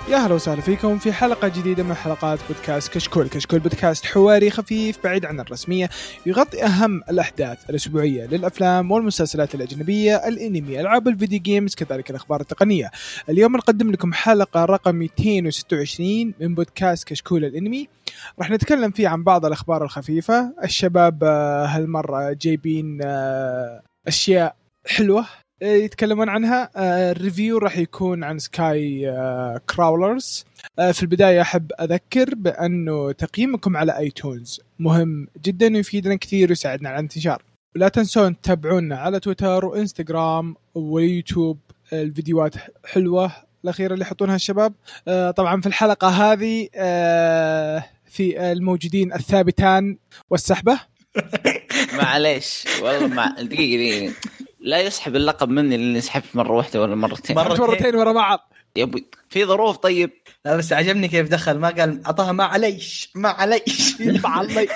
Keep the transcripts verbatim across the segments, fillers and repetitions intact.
يا هلا وسهلا فيكم في حلقة جديدة من حلقات بودكاست كشكول. كشكول بودكاست حواري خفيف بعيد عن الرسمية، يغطي أهم الأحداث الأسبوعية للأفلام والمسلسلات الأجنبية، الأنمي، ألعاب الفيديو جيمز، كذلك الأخبار التقنية. اليوم نقدم لكم حلقة رقم مئتين وستة وعشرين من بودكاست كشكول الأنمي. راح نتكلم فيه عن بعض الأخبار الخفيفة. الشباب هالمرة جايبين أشياء حلوة يتكلمون عنها. الريفيو راح يكون عن سكاي كراولرز. في البداية أحب أذكر بأنه تقييمكم على ايتونز مهم جدا ويفيدنا كثير ويساعدنا على الانتشار. ولا تنسون تتابعونا على تويتر وإنستغرام ويوتيوب، الفيديوهات حلوة الأخيرة اللي يحطونها الشباب. طبعا في الحلقة هذه في الموجودين الثابتان والسحبة. معليش والله مع دقيقة دقيقة لا يسحب اللقب مني لأني سحبت مرة واحدة ولا مرتين مرتين, مرتين ورا بعض يا ابوي في ظروف. طيب لا بس عجبني كيف دخل، ما قال عطاها ما عليش ما عليش معليش.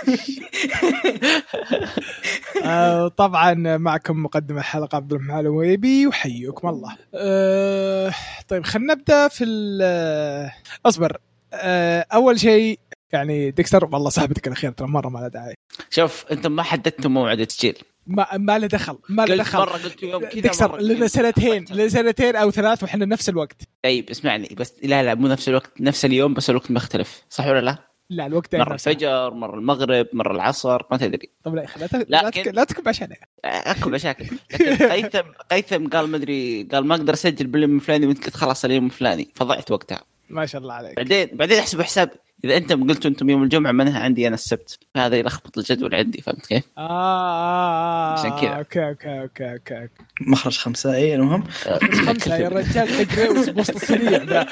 آه طبعا معكم مقدم الحلقة عبد الرحمن الويبي وحيوكم الله. آه طيب خلينا نبدأ في أصبر. آه أول شيء يعني ديكستر والله صاحبتك الأخير ترى مرة ما له داعي. شوف أنت ما حددت موعد التسجيل، ما ما له دخل ما له دخل مرة قلت يوم كذا ديكستر لنا سنتين لنا سنتين أو ثلاث وإحنا نفس الوقت. طيب اسمعني بس، لا لا مو نفس الوقت نفس اليوم بس الوقت مختلف، صح ولا لا؟ لا الوقت مرة الفجر مرة المغرب مرة العصر ما تدري. طب لا لا لكن... لا تكب عشان أكل مشاكل. لكن قيثم قيثم قال مدري قال ما أقدر أسجل باليوم الفلاني وأنت قلت خلاص اليوم الفلاني فضعت وقتها. ما شاء الله عليك. بعدين بعدين أحسب حساب إذا أنت قلتوا أنتم يوم الجمعة منها عندي أنا السبت، هذا يلخبط الجدول عندي، فهمت كيف؟ آه, آه, آه عشان كذا. أوكي أوكي أوكي أوكي مخرج خمسة أي المهم خمسة يا رجال تجري وسط السريع ده.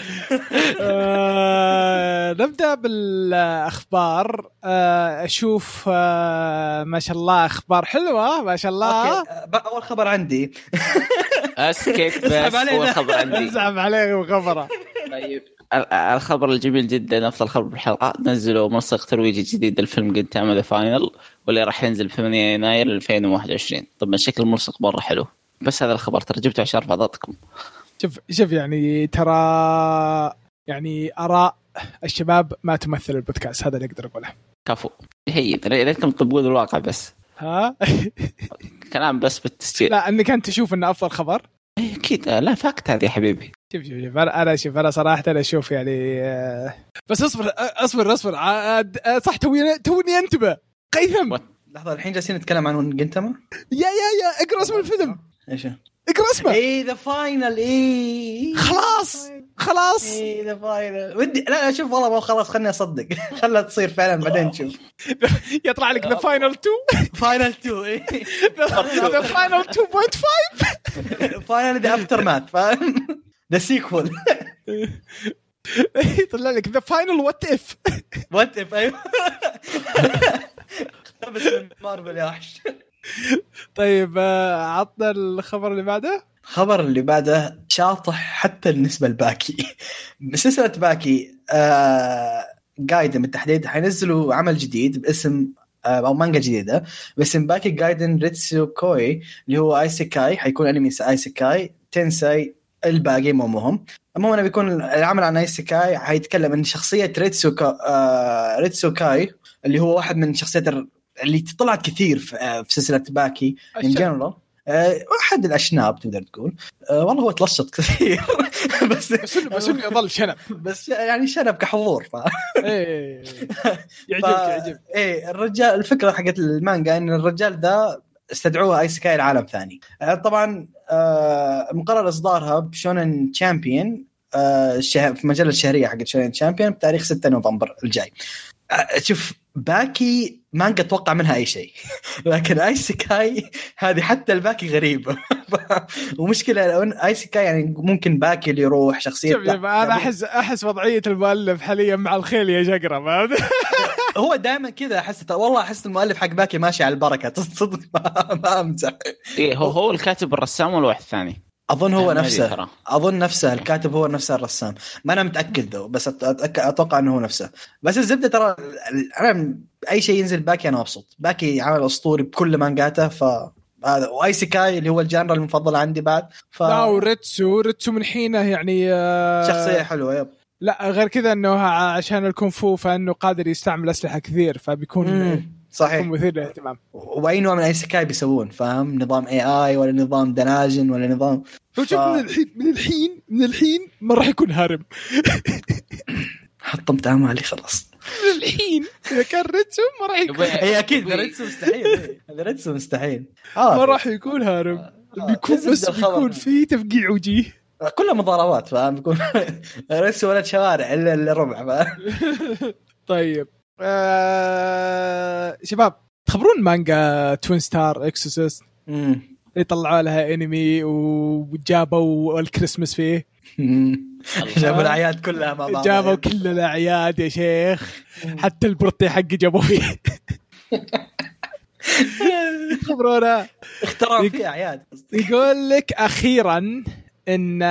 آه نبدأ بالأخبار. آه أشوف آه ما شاء الله أخبار حلوة ما شاء الله. أوكي. أول خبر عندي أسكت بس أول خبر عندي أزعب عليه وخبره. طيب الخبر الجميل جدا أفضل خبر بالحلقة، نزلوا منسق ترويجي جديد للفيلم جنتاما ذا فاينل واللي راح ينزل في ثمانية يناير ألفين وواحد وعشرين. طبعا شكل الملصق مرة حلو، بس هذا الخبر ترى جبته عشان فضاتكم. شوف شوف يعني ترى يعني آراء الشباب ما تمثل البودكاست، هذا اللي أقدر أقوله. كفو هي ليتكم تطبقون الواقع بس. ها كلام بس بالتسجيل. لا انك انت تشوف انه افضل خبر اكيد. لا فاكت هذه يا حبيبي. شوف شوف شوف انا شوف انا صراحه انا اشوف يعني بس اصبر اصبر اصبر صح توني توني انتبه. قيثم لحظه الحين جالسين نتكلم عن جنتاما. يا يا يا اقرا اسم الفيلم. ايش اقرا اسمه. ايه ذا فاينل. ايه خلاص خلاص ايه ذا فاينل. ودي لا اشوف والله خلاص خلني اصدق خلها تصير فعلا بعدين نشوف. يطلع لك ذا فاينل تو. فاينل تو ايه ذا فاينل تو بوينت فايف. فاينل ذا افتر ماث فاهم ذا سيكول. يطلع لك ذا فاينل وات اف. وات اف ايوه بس مارفل يا وحش. طيب عطنا الخبر اللي بعده. الخبر اللي بعده شاطح حتى بالنسبة لباكي. سلسلة باكي آه جايدن بالتحديد حينزلوا عمل جديد باسم آه أو مانجا جديدة باسم باكي جايدن ريتسو كوي اللي هو آيسيكاي. حيكون أنمي آيسيكاي تنساي الباقي مو مهم. المهم أنه بيكون العمل عن آيسيكاي. حيتكلم عن شخصية ريتسو كا آه ريتسو كاي اللي هو واحد من شخصيات اللي طلعت كثير في سلسلة باكي in general. أحد الأشناب تقدر تقول. أه والله هو تلشط كثير بس بس إنه بس إنه يظل شنب بس يعني شنب كحضور ف... إيه يعجبك يعجب. إيه الرجال الفكرة حقت المانجا إن الرجال ذا استدعوه آيسيكاي العالم ثاني. أه طبعا أه مقرر إصدارها بشونن تشامبيون أه في مجلة الشهرية حقت شونن تشامبيون بتاريخ ستة نوفمبر الجاي. أه شوف باكي ما أتوقع منها أي شيء لكن آيسيكاي هذه حتى الباكي غريبة. ومشكلة آيسيكاي يعني ممكن باكي اللي يروح شخصية. أنا أحس أحس وضعية المؤلف حاليا مع الخيل يا جقرة ما هو دائما كذا أحس والله أحس المؤلف حق باكي ماشي على البركة تصدق ما, ما أمزح. إيه هو هو الكاتب الرسام ولا واحد ثاني؟ أظن هو نفسه أظن نفسه الكاتب هو نفسه الرسام ما أنا متأكد ذو بس أتوقع أنه هو نفسه. بس الزبدة ترى أنا أي شيء ينزل باكي أنا أبسط. باكي عمل أسطوري بكل مانجاته ف هذا وايسيكاي اللي هو الجانرا المفضل عندي بعد. ف لا وريتسو ريتسو من حينه يعني شخصية حلوة يب لا غير كذا انه عشان الكونفو فانه قادر يستعمل اسلحه كثير فبيكون مم. صحيح مثير للاهتمام. واي نوع من اي سكاي بيسوون فاهم نظام اي اي ولا نظام دناجن ولا نظام ف... من الحين من الحين من الحين ما راح يكون هارم. حطمت امالي خلاص من الحين اذا كان ريتسو ما راح يكون هي اكيد ريتسو مستحيل هذا ريتسو مستحيل آه ما راح يكون هارم آه. بيكون بس بيكون فيه تفقيع وجيه كلها مضاربات فاهم بيكون ريتسو ولا شوارع الا الربع فاهم. طيب آه... شباب تخبرون مانجا توين ستار اكسسس اللي طلعوا لها انمي وجابوا الكريسماس فيه جابوا الاعياد كلها مع بعض جابوا كل الاعياد يا شيخ حتى البرتي حقي جابوا فيه خبرونا اخترعوا فيه اعياد. يقول لك اخيرا ان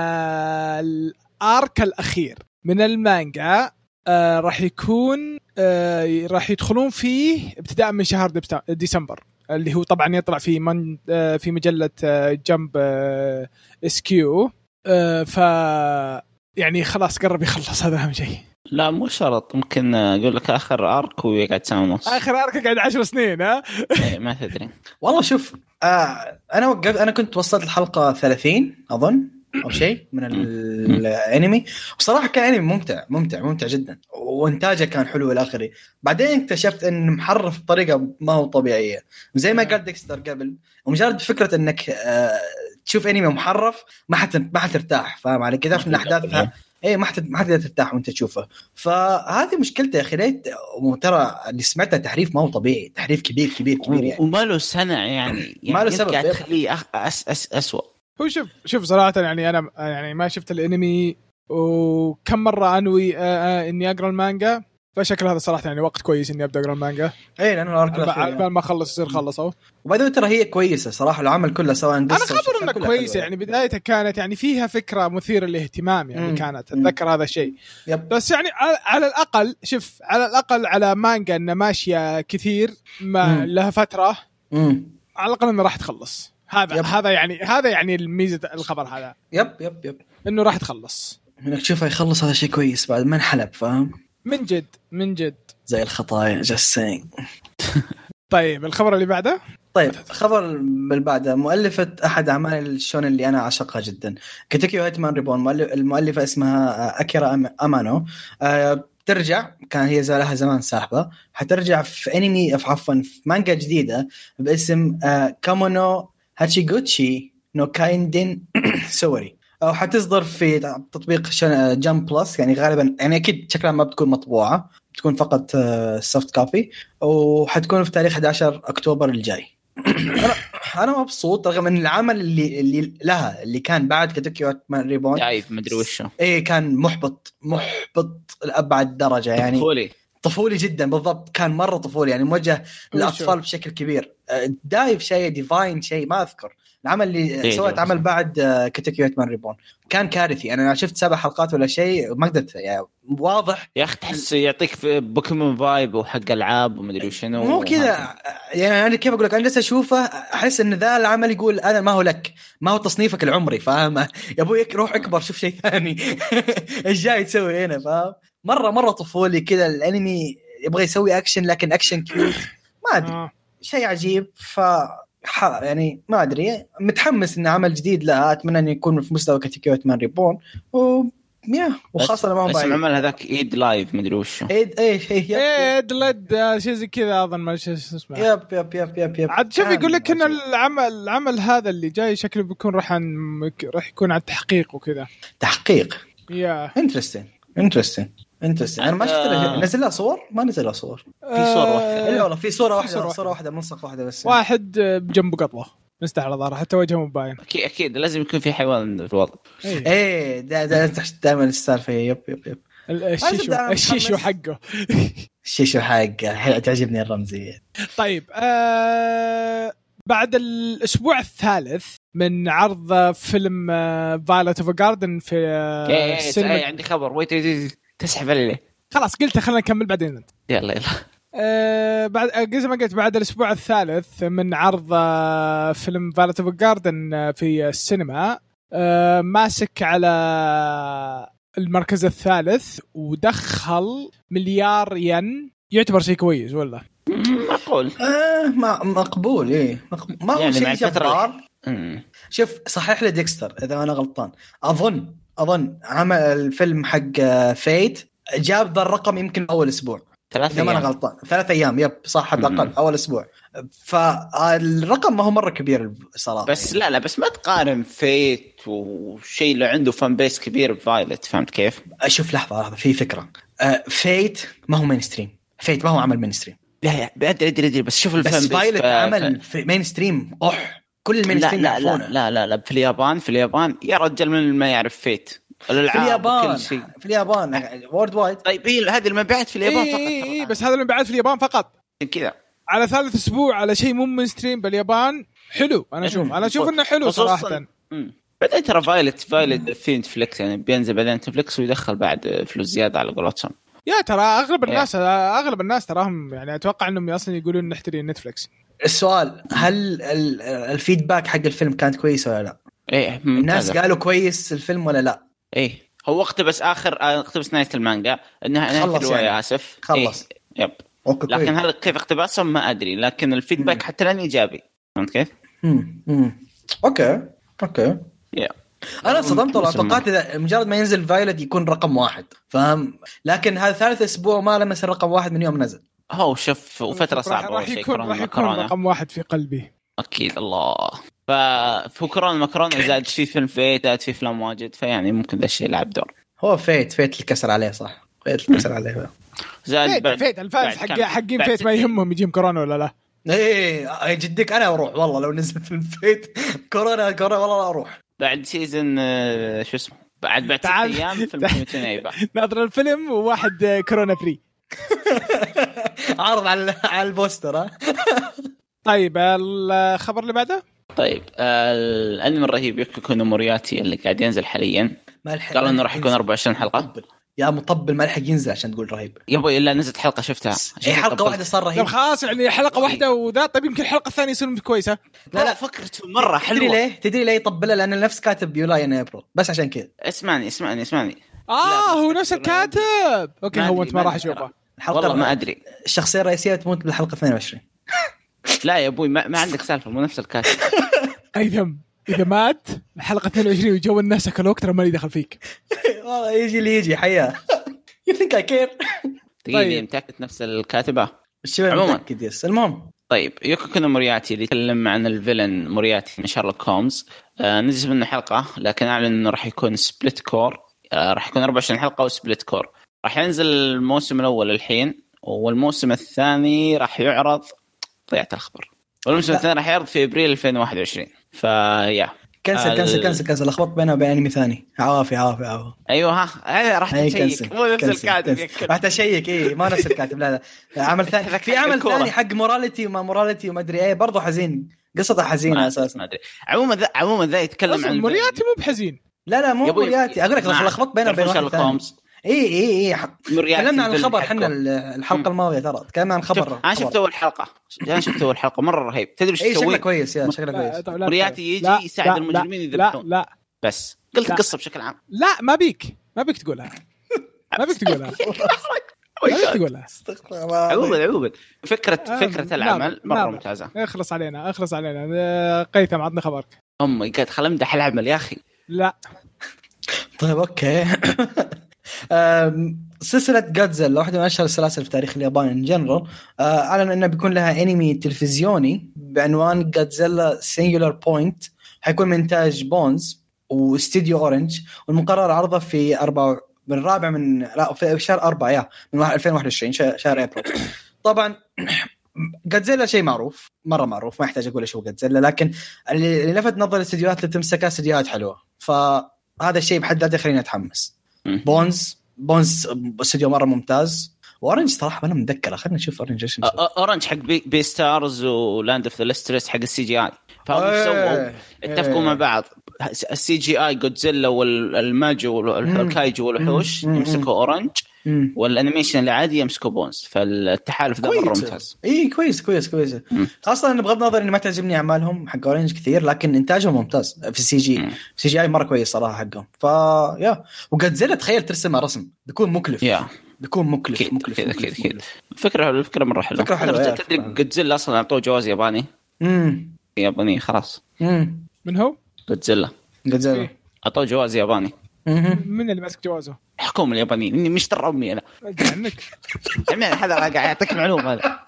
الارك الاخير من المانجا آه راح يكون آه راح يدخلون فيه ابتداء من شهر ديسمبر اللي هو طبعا يطلع في من آه في مجلة آه جمب آه اس كيو آه ف يعني خلاص قرب يخلص. هذا أهم شيء. لا مو شرط ممكن أقول لك آخر أرك ويقعد سنة ونص. آخر أرك قاعد عشر سنين ها إيه ما تدري والله. شوف آه أنا وقفت أنا كنت وصلت الحلقة ثلاثين أظن أو شيء من الأنمي وصراحة كان أنمي ممتع ممتع ممتع جدا وإنتاجه كان حلو الآخري. بعدين اكتشفت إنه محرف بطريقة ما هو طبيعية زي ما قال ديكستر قبل. ومجرد فكرة إنك آه تشوف أنمي محرف ما حت ما حترتاح فاهم على كذا في أحداثها إيه ما حت ما حتقدر ترتاح وأنت تشوفه. فهذه مشكلته يا أخي ليت. وترى اللي سمعته تحريف ما هو طبيعي تحريف كبير كبير كبير يعني وما له سنة يعني, يعني ما له سبب قاعد تخليه أس أس أس أسوأ. هو شوف شوف صراحة يعني أنا يعني ما شفت الأنمي وكم مرة أنوي إني أقرأ المانجا فشكل هذا صراحة يعني وقت كويس إني أبدأ أقرأ المانجا. إيه لأنه على بال ما أخلص يصير خلصوا. وبعدين ترى هي كويسة صراحة العمل كله سواء أنا خبر إنه كويسة يعني بدايتها كانت يعني فيها فكرة مثيرة للاهتمام يعني مم. كانت أتذكر هذا الشيء بس يعني على الأقل شوف على الأقل على مانجا إنه ماشية كثير ما مم. لها فترة مم. على الأقل إنه راح تخلص. هذا يب. هذا يعني هذا يعني الميزة الخبر هذا يب يب يب إنه راح تخلص. إنك تشوفه يخلص هذا شيء كويس بعد ما انحلب فاهم من جد من جد زي الخطايا جسين. طيب الخبر اللي بعده. طيب خبر اللي بعده مؤلفة أحد أعمال الشون اللي أنا عاشقها جدا كاتيكيو هيتمان ريبون. المؤلفة اسمها أكيرا أمانو. أه ترجع كان هي لها زمان ساحبة حترجع في أنمي عفوا في مانجا جديدة باسم أه كامونو هاتشيغوتشي نو كايندين سوري أو حتصدر في تطبيق جامب بلس يعني غالبا يعني أكيد شكلها ما بتكون مطبوعة بتكون فقط سوفت كوبي وحتكون في تاريخ أحد عشر أكتوبر الجاي. أنا أنا مبسوط رغم إن العمل اللي اللي لها اللي كان بعد كاتيكيو هيتمان ريبون عايف مدري وشه إيه كان محبط محبط لأبعد درجة يعني طفولي طفولي جدا بالضبط كان مرة طفولي يعني موجه للأطفال بشكل كبير. دايف شيء ديفاين شيء ما أذكر العمل اللي سويت عمل بعد كاتيكيو هيتمان ريبون كان كارثي. أنا شفت سبع حلقات ولا شيء ما قدرت يعني واضح يا أخي تحس يعطيك في بوكيمون فايب وحق ألعاب ومدري شنو مو كذا يعني. أنا كيف أقول لك أنا جالس أشوفه أحس إن ذا العمل يقول أنا ما هو لك ما هو تصنيفك العمري فاهم يا أبوي روح أكبر شوف شيء ثاني إيش جاي تسوي هنا فاهم. مرة مرة طفولي كذا الأنمي يبغى يسوي أكشن لكن أكشن كيوت ما أدري شيء عجيب. ف يعني ما أدري متحمس إن عمل جديد لها أتمنى أن يكون في مستوى كاتيكيو هيتمان ريبون و يا وخاصة ما هو اسم عمل هذاك إيد لايف مدري وشو إيد إيه إيه إيد لد شيء زي كذا أظن ما شو اسمه يب يب يب يب يب عاد شوف يقول لك إن العمل العمل هذا اللي جاي شكله بيكون راح راح يكون على التحقيق وكذا تحقيق يا interesting interesting interesting. أنا ما شفت آه. نزل لها صور ما نزل لها صور في صورة واحدة إلا والله في صورة واحدة صورة, صورة واحدة منسق واحدة بس واحد بجنبه قطوة مستعرض ظهره حتى وجهه مباين. أكيد أكيد لازم يكون في حيوان في الوضع. إيه, إيه ده ده تحت دائما السالفة يب يب يب الشيشو الشيشو حقه الشيشو حقه تعجبني الرمزية. طيب آه بعد الأسبوع الثالث من عرض فيلم فايلوت اوف جاردن في السينما إيه عندي خبر ويت تسحب عليه خلاص قلت خلينا نكمل بعدين انت. يلا يلا أه بعد زي ما قلت بعد الأسبوع الثالث من عرض فيلم فايلوت اوف جاردن في السينما أه ماسك على المركز الثالث ودخل مليار ين، يعتبر شيء كويس ولا؟ معقول. آه ما مقبول إيه مقبول. ما هو يعني شيء جبار. مم. شوف صحيح لي ديكستر إذا أنا غلطان، أظن أظن عمل الفيلم حق فيت جاب ذا الرقم يمكن أول أسبوع، ثلاثة إذا أيام. ما أنا غلطان ثلاث أيام يب صح حد أقل أول أسبوع، فالرقم ما هو مرة كبير صراحة. بس لا لا بس ما تقارن فيت وشيء اللي عنده فان بيس كبير بفايلت، فهمت كيف؟ أشوف لحظة لحظة في فكرة. أه فيت ما هو مين ستريم، فيت ما هو عمل مين ستريم. لا أدري أدري أدري بس شوف الفان بس بيس فايلت ف... عمل ف... في مين ستريم قح كل المين ستريم لا لا, يعرفونه. لا لا لا في اليابان في اليابان يا رجل من ما يعرف فيت في اليابان في اليابان وورد وايد. طيب هي هذه المبيعات في اليابان إيه فقط إيه إيه ترى. بس هذا المبيعات في اليابان فقط كذا على ثالث اسبوع على شيء مو من ستريم باليابان حلو. انا اشوف انا اشوف انه حلو صراحه. بعدين ترى فايلت فايلت في نتفليكس يعني بينزل بعدين نتفليكس ويدخل بعد فلوس زياده على قولتهم. يا ترى اغلب الناس اغلب الناس تراهم يعني اتوقع انهم اصلا يقولون نحتري نتفليكس. السؤال هل الفيدباك حق الفيلم كانت كويسه ولا لا؟ ايه الناس قالوا كويس الفيلم ولا لا؟ ايه هو اقتبس اخر اقتبس نهايه المانجا انها نهايه الروايه يعني. اسف خلص إيه. يب أوكي لكن هذا كيف اقتباسهم ما ادري لكن الفيدباك مم. حتى الان ايجابي فهمت كيف؟ امم امم اوكي اوكي يا انا صدمت والله توقعت اذا مجرد ما ينزل فايلت يكون رقم واحد فاهم لكن هذا ثالث اسبوع ما لمس الرقم واحد من يوم نزل. هو شوف وفتره صعبه راح يكون راح يكون رقم واحد في قلبي اكيد. الله ففي كورونا مكرونه زاد في فيلم فيت زاد في فيلم واجد فيعني ممكن ذا الشيء يلعب دور. هو فيت فيت الكسر عليه صح فيت الكسر عليه زاد فيت, فيت الفانز حق حقين فيت ما يهمهم يجيهم كورونا ولا لا. ايه جدك انا اروح والله لو نزل فيلم فيت كورونا كورونا والله اروح بعد سيزن شو اسمه بعد بعد ست ايام فيلم متنايبه ناظر الفيلم وواحد كورونا فري عرض على على البوستر ها. طيب الخبر اللي بعده طيب الانمي الرهيب يوكيكو نو مورياتي اللي قاعد ينزل حاليا قالوا انه راح يكون أربعة وعشرين حلقه يا مطبل ما لحق ينزل عشان تقول رهيب يا ابوي الا نزلت حلقه شفتها اي حلقه واحده صار رهيب خلاص يعني حلقه واحده وذا طيب يمكن الحلقه الثانيه يصير كويسه. لا لا فكرته مره حلوه. تدري ليه تدري ليه يطبلها لان نفس كاتب يولاي نيبرو بس عشان كذا. اسمعني اسمعني اسمعني اه هو نفس الكاتب اوكي هو انت ما راح اشوفه والله ما ادري الشخصيه الرئيسيه تموت بالحلقه اثنين وعشرين. لا يا ابوي ما, ما عندك سالفه مو نفس الكاتب. ايثم اذا مات الحلقه اثنين وعشرين وجو الناس اكلوا ترى ما لي دخل فيك والله يجي اللي يجي حياه you think I care. تقيلي متأكد نفس الكاتبة عموما متأكد يس. المهم طيب يوكيكو نو مورياتي اللي يتكلم عن الفيلن مورياتي من شارلوك هومز آه نزل منه حلقة لكن أعلن إنه راح يكون سبليت كور آه راح يكون أربعة وعشرين حلقة وسبليت كور. راح ينزل الموسم الأول الحين والموسم الثاني راح يعرض ضيعت الخبر والموسم الثاني راح يعرض في أبريل ألفين وواحد وعشرين. فيا كنسل كنسل كنسل كنسل لخبط بينه وبين انمي ثاني عوافي عوافي عوافي ايوه ها راح تشيك مو نفس الكاتب راح تشيك ايه ما نفس الكاتب لا لا عمل ثاني في عمل ثاني حق موراليتي وما موراليتي وما ادري ايه برضه حزين قصته حزينه اساسا ما ادري عموما ذا عموما ذا يتكلم عن مورياتي مو بحزين لا لا مو مورياتي اقول لك لخبط بينه وبين واحد ثاني اي اي اي تكلمنا عن الخبر احنا الحلقه الماضيه ترى تكلمنا عن الخبر. انا شفت اول حلقه انا شفت اول حلقه مره رهيب تدري ايش يسوي؟ شكله كويس يا شكله كويس مورياتي يجي يساعد المجرمين يذبحون لا لا بس قلت القصه بشكل عام لا ما بيك ما بيك تقولها ما بيك تقولها ما بيك تقولها عموما عموما فكره فكره العمل مره ممتازه. اخلص علينا اخلص علينا قيثم عطنا خبرك. امي قاعد خل امدح العمل يا اخي. لا طيب اوكي سلسلة جودزيلا واحدة من أشهر السلاسل في تاريخ اليابان إن جنرال أعلن أنه بيكون لها أنمي تلفزيوني بعنوان جودزيلا سينجولار بوينت حيكون من إنتاج بونز واستديو أورنج والمقرر عرضه في أربعة من الرابع من لا في شهر أربعة يا من ألفين وواحد وعشرين شهر أبريل. طبعا جودزيلا شيء معروف مرة معروف ما يحتاج أقول إيش هو جودزيلا لكن اللي لفت نظر الاستديوهات اللي تمسكها استديوهات حلوة فهذا الشيء بحد ذاته يخليني أتحمس. بونز بونز استوديو مره ممتاز واورنج صراحه انا متذكر خلينا نشوف اورنج ايش اورنج حق بي, بي ستارز ولاند اوف ذا ليسترس حق السي جي اي فهم سووا اتفقوا مع بعض السي جي اي جودزيلا والماجو والكايجو والوحوش يمسكوا اورنج مم. والانيميشن العادي يمسكوا بونز، فالتحالف ذا مره ممتاز. اي كويس كويس كويس مم. خاصه ان بغض النظر اني ما تعجبني اعمالهم حق اورينج كثير، لكن انتاجهم ممتاز في السي جي. مم. السي جي اي مره كويس صراحه حقهم. فا يا وجودزيلا تخيل ترسمه رسم بيكون مكلف يا بيكون مكلف كيد مكلف كيد مكلف, كيد مكلف. كيد. فكره الفكره مره حلوه. فكرة حلوة، أنا يا تدري فعلا. جودزيلا اصلا اعطوه جواز ياباني. امم ياباني خلاص. امم من هو؟ جودزيلا جودزيلا إيه. اعطوه جواز ياباني. امم من اللي ماسك جوازه؟ الحكومه اليابانيين اني مشتر امي انا. ادري عنك. يعني هذا قاعد يعطيك معلومه هذا.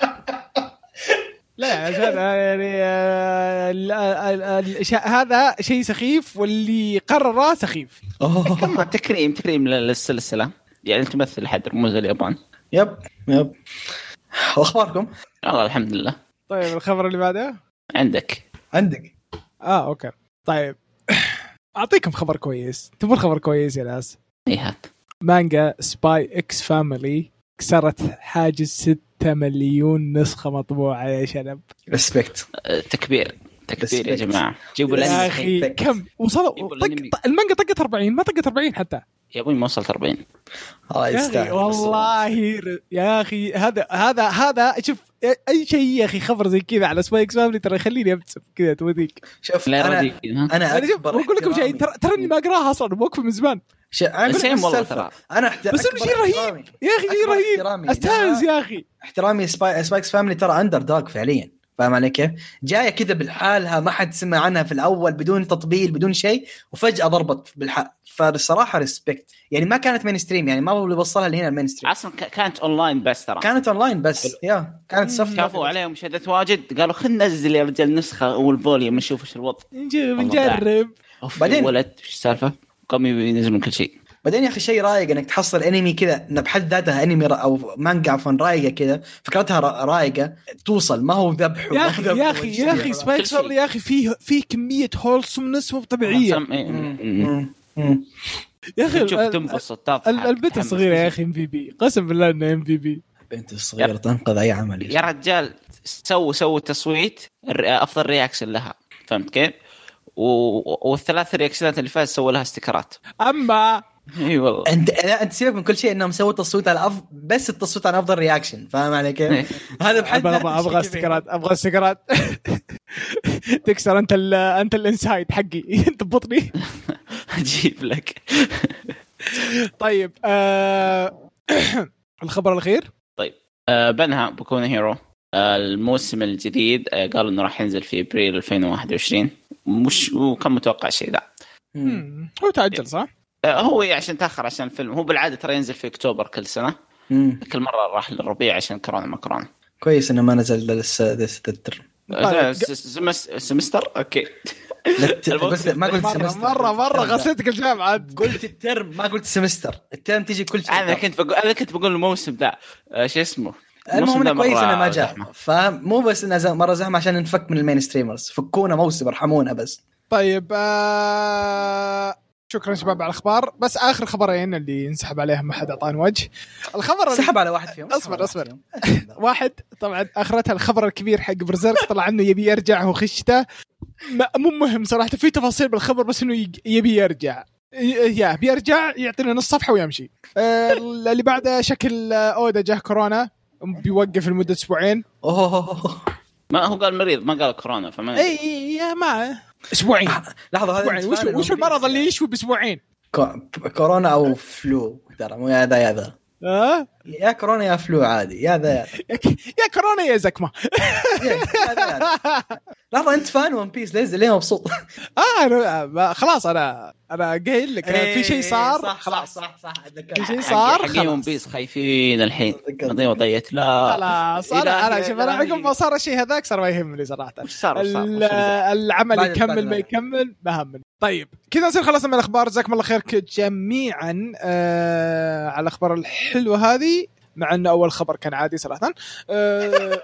لا يعني هذا يعني آه، ال- ال- ال- الش- هذا شيء سخيف، واللي قرره سخيف. اوه تكريم تكريم للسلسله، يعني تمثل حد رموز اليابان. يب يب. واخباركم؟ والله الحمد لله. طيب الخبر اللي بعده عندك عندك اه اوكي طيب اعطيكم خبر كويس. تبون خبر كويس يا ناس؟ ايه هات. مانجا سباي اكس فاميلي كسرت حاجز ستة مليون نسخة مطبوعة يا شنب. ريسبكت أه، تكبير تكبير يا Respect. جماعه. جيبوا يا الانمي اخي Respect. كم وصلوا جيبوا طق... الأنمي. طق... المانجا طقت أربعين، ما طقت أربعين حتى يا ابوي ما وصلت أربعين. الله يا اخي يستاهل. والله ر- يا اخي هذا هذا هذا شوف اي شيء يا اخي خبر زي كذا على سبايكس فاملي ترى يخليني ابتسم كذا توديك. شوف لا انا ردي ها؟ انا انا شوف اكبر بقول لكم شيء، ترى ترى اني ما اقراها اصلا موقفه من زمان، شيء انا أقول لك سيم والله السالفة. ترى. انا احترم بس انه شيء رهيب يا اخي، شيء أكبر رهيب احترامي استانس لها. يا اخي. احترامي سباي... سبايكس فاميلي ترى اندر دوغ فعليا، فاهم علي كيف؟ جايه كذا بالحالها، ما حد سمع عنها في الاول، بدون تطبيل بدون شيء، وفجاه ضربت بالحق. فالصراحه ريسبكت، يعني ما كانت مين ستريم، يعني ما هو اللي وصلها لهنا المين ستريم، اصلا ك- كانت اونلاين بس ترى. كانت اونلاين بس. يا كانت سفر. شافوا عليهم مشاهدات واجد، قالوا خلينا ننزل يا رجال نسخه والفوليوم نشوف ايش الوضع. نجرب والله نجرب. اوف بعدين- ولد ايش السالفه؟ قاموا ينزلون كل شيء. بعدين يا اخي شيء رايق انك تحصل انمي كذا بحد ذاتها، انمي را- او مانجا عفوا رايقه كذا، فكرتها را- رايقه توصل، ما هو ذبح يا وما هو اخي ذبح يا اخي وشيء. يا اخي سبايكس فاميلي يا اخي فيه فيه كميه هولسمنس مو طبيعيه أفلام- إيه. مم. مم. مم. مم. يا اخي. تشوف ال- تنبسط تضحك ال- البنت تتحمس. الصغيره يا اخي ام في بي، قسم بالله انه ام في بي. بنت الصغيره تنقذ اي عمل. يا رجال سووا سووا تصويت الر- افضل رياكشن لها، فهمت كيف؟ و... والثلاث رياكشنات اللي فاز سووا لها استيكرات. اما اي والله. انت لا انت سيبك من كل شيء، انهم سووا تصويت على أف... بس التصويت على افضل رياكشن، فاهم علي كيف؟ هذا بحد ابغى ذاته ابغى شيء استكرات، ابغى استكرات. تكسر انت ال انت الانسايد حقي. انت بطني. اجيب لك. طيب آه... الخبر الاخير طيب آه بنها بكون هيرو آه الموسم الجديد آه قالوا انه راح ينزل في ابريل ألفين وواحد وعشرين، مش وكان متوقع شيء ذا. مم. هو تاجل صح؟ آه هو عشان تاخر عشان الفيلم، هو بالعاده ترى ينزل في اكتوبر كل سنه، مم. كل مره راح للربيع عشان كورونا ما كورونا. كويس انه ما نزل لسه لسه الترم. آه، س- سمس- سمستر اوكي. بس ما قلت مرة سمستر، مرة مرة غسلتك الجامعة. قلت الترم ما قلت سمستر. الترم تيجي كل شيء. انا كنت بقول انا كنت بقول الموسم ذا آه شو اسمه. المهم انه كويس انه ما جاء، زحمة. فاهم؟ مو بس انه زي- مره زحمه عشان نفك من المين ستريمرز، فكونا موسم ارحمونا بس. طيب آه... شكرا شباب على الاخبار. بس اخر خبرين اللي ينسحب عليهم ما حد اعطاني وجه. الخبر سحب على واحد فيهم. اصبر اصبر واحد طبعا اخرتها الخبر الكبير حق برزيرك، طلع عنه يبي يرجع هو خشته. مو مهم صراحه في تفاصيل بالخبر، بس انه يبي يرجع، يا بيرجع يعطينا نص صفحه ويمشي. آه اللي بعده شكل اودا جاه كورونا بيوقف لمده اسبوعين. اوه ما هو قال مريض ما قال كورونا، فما اي يا ما اسبوعين. لحظه هذا اسبوعين وش وش المرض اللي يشوي باسبوعين؟ كورونا او فلو ترى، مو يا ذا يا ذا ها يا كورونا يا فلو عادي، يا ذا يا يا كورونا يا زكمه. لحظه انت فان ون بيس ليه ليه مبسوط؟ اه أنا خلاص انا انا قايل لك في شيء صار صح خلاص صح صح في شيء صار حق يوم بيس خايفين الحين قضيه وضيت لا خلاص. انا انا شوف انا عقب ما صار الشيء هذاك صار ما يهمني صراحه. وش صار وش صار ال- العمل بعد- يكمل بعد- ما يكمل ما همني. طيب كذا نصير خلصنا من الاخبار. جزاكم الله خير جميعا آه على الاخبار الحلوه هذه، مع انه اول خبر كان عادي صراحه. آه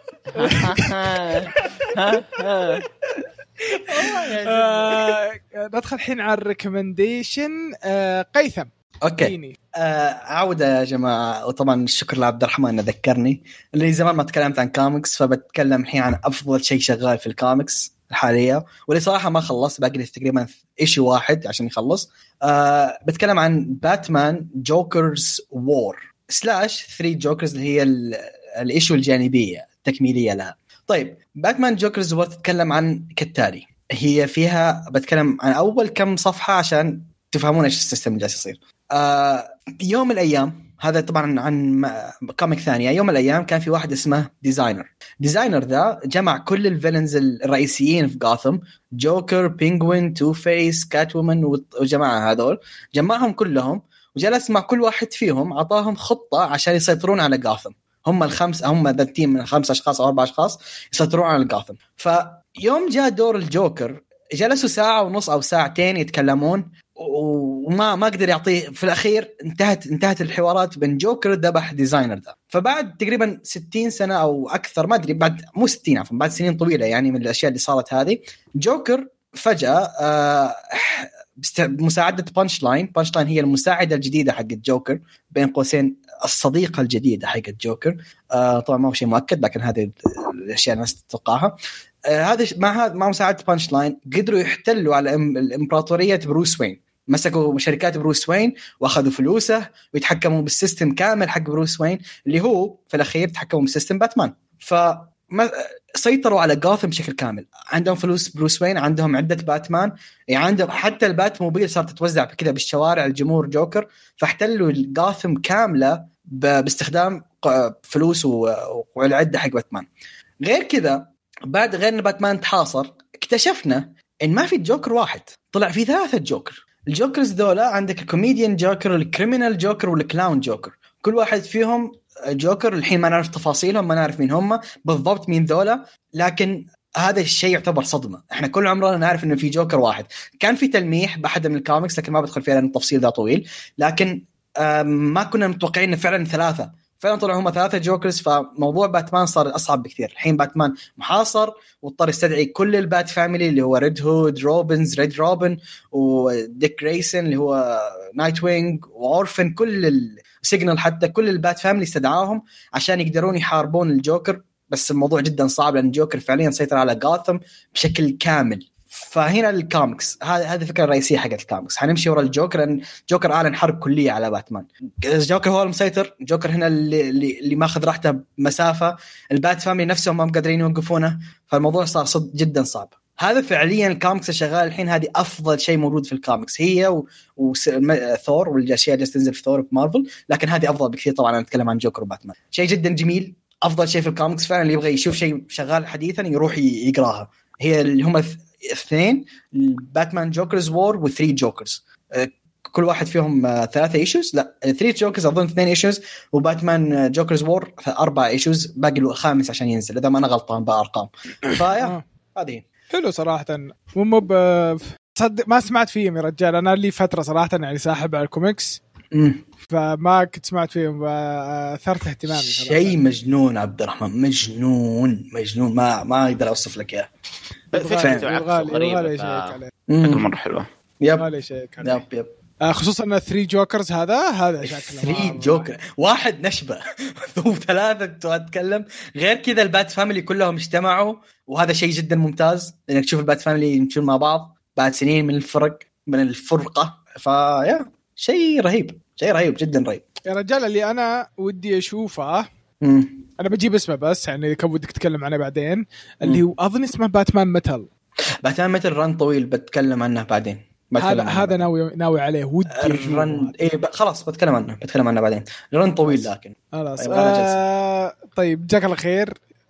آه ندخل الحين على الريكومنديشن. آه قيثم اوكي ديني. آه عودة يا جماعة، وطبعا الشكر لعبد الرحمن انه ذكرني، اللي زمان ما تكلمت عن كوميكس، فبتكلم الحين عن افضل شيء شغال في الكوميكس الحالية، واللي صراحة ما خلص، باقي لي تقريبا ايشي واحد عشان يخلص. آه بتكلم عن باتمان جوكرز وور. سلاش ثري جوكرز اللي هي الايشو الجانبيه التكميليه لها. طيب باتمان جوكرز وور تتكلم عن كالتالي، هي فيها بتكلم عن اول كم صفحه عشان تفهمون ايش السيستم اللي جالس يصير. آه يوم من الايام، هذا طبعا عن كوميك ثانيه، يوم من الايام كان في واحد اسمه ديزاينر. ديزاينر ذا جمع كل الفيلنز الرئيسيين في غاثم، جوكر، بينغوين، تو فيس، كات وومن وجماعه هذول، جمعهم كلهم وجلس مع كل واحد فيهم عطاهم خطه عشان يسيطرون على غاثم. هم الخمس هم ذا التيم من خمس اشخاص او اربع اشخاص يسيطرون على غاثم. فيوم جاء دور الجوكر جلسوا ساعه ونص او ساعتين يتكلمون وما ما قدر يعطيه. في الاخير انتهت انتهت الحوارات بين جوكر ذبح ديزاينر ذا. فبعد تقريبا ستين سنه او اكثر، ما ادري، بعد مو ستين عفوا، بعد سنين طويله يعني من الاشياء اللي صارت هذه، جوكر فجاه آه بمساعده بانش لاين. بانش لاين هي المساعده الجديده حق جوكر، بين قوسين الصديقه الجديده حق جوكر. آه طبعا ما هو شيء مؤكد، لكن هذه الاشياء الناس تتوقعها. آه هذا مع هذا مع مساعده بانش لاين قدروا يحتلوا على الامبراطوريه بروس وين. مسكوا شركات بروس وين واخذوا فلوسه ويتحكموا بالسيستم كامل حق بروس وين، اللي هو في الاخير تحكموا بالسيستم باتمان. ف سيطروا على غاثم بشكل كامل. عندهم فلوس بروس وين، عندهم عدة باتمان، يعني عندهم حتى البات موبيل صارت تتوزع كذا بالشوارع الجمهور جوكر. فاحتلوا غاثم كاملة باستخدام فلوس والعدة حق باتمان. غير كذا بعد غير ان باتمان تحاصر، اكتشفنا ان ما في جوكر واحد، طلع في ثلاثة جوكر. الجوكرز ذولا عندك الكوميديان جوكر، الكريمينال جوكر، والكلاون جوكر. كل واحد فيهم جوكر الحين ما نعرف تفاصيلهم، ما نعرف مين هم بالضبط مين ذولا، لكن هذا الشيء يعتبر صدمة. احنا كل عمرنا نعرف انه في جوكر واحد. كان في تلميح بأحد من الكوميكس لكن ما بدخل فيها لأن التفصيل ذا طويل، لكن ما كنا متوقعين انه فعلا ثلاثة، فعلا طلعوا هم ثلاثة جوكرز. فموضوع باتمان صار أصعب بكثير. الحين باتمان محاصر واضطر يستدعي كل البات فاميلي اللي هو ريد هود، روبنز، ريد روبن، وديك ريسن اللي هو نايت وينج، وأورفن، كل السيجنال، حتى كل البات فاميلي استدعاهم عشان يقدرون يحاربون الجوكر. بس الموضوع جدا صعب لأن الجوكر فعليا سيطر على غاثم بشكل كامل. فهنا الكوميكس هذا هذه الفكره الرئيسيه حقت الكوميكس. حنمشي ورا الجوكر لان جوكر اعلن حرب كليه على باتمان. الجوكر هو المسيطر، جوكر هنا اللي اللي, اللي ماخذ راحته بمسافه. البات فاميلي نفسهم ما قادرين يوقفونه، فالموضوع صار صد جدا صعب. هذا فعليا الكوميكس الشغال الحين هذه افضل شيء موجود في الكوميكس، هي وثور والاشياء اللي تنزل في ثور في مارفل، لكن هذه افضل بكثير. طبعا انا اتكلم عن جوكر وباتمان، شيء جدا جميل، افضل شيء في الكوميكس فعلا. اللي يبغى يشوف شيء شغال حديثا يروح يقراها. هي اللي هم اثنين، باتمان جوكرز وور وثري جوكرز، كل واحد فيهم ثلاثة ايشوز، لا ثري جوكرز اظن اثنين ايشوز، وباتمان جوكرز وور اربع ايشوز، باقي الخامس عشان ينزل اذا ما انا غلطان بارقام. فيا هذه حلو صراحه. مو تصدق ما سمعت فيهم يا رجال، انا لي فتره صراحه يعني ساحب على الكوميكس، فما كنت سمعت فيهم واثرت اهتمامي. شيء مجنون عبد الرحمن، مجنون مجنون، ما ما اقدر اوصف لك اياه. غريبة مرة حلوة. يب يب يب خصوصا ان ثري جوكرز هذا هذا شكله ثري جوكر، واحد نشبه وثلاثة تتكلم. غير كذا البات فاميلي كلهم اجتمعوا، وهذا شيء جدا ممتاز انك تشوف البات فاميلي يمشون مع بعض بعد سنين من الفرق من الفرقة. فيا شيء رهيب، شيء رهيب جدا رهيب يا رجال. اللي انا ودي اشوفه مم. انا بجيب اسمه بس يعني كم ودك تتكلم عنه بعدين، اللي هو اظن اسمه باتمان ميتال. باتمان ميتال رن طويل بتكلم عنه بعدين. هذا هذا ناوي ناوي عليه ودي الرن ايه ب... خلاص بتكلم عنه بتكلم عنه بعدين. رن طويل لكن خلاص. آه... طيب جزاك الله خير.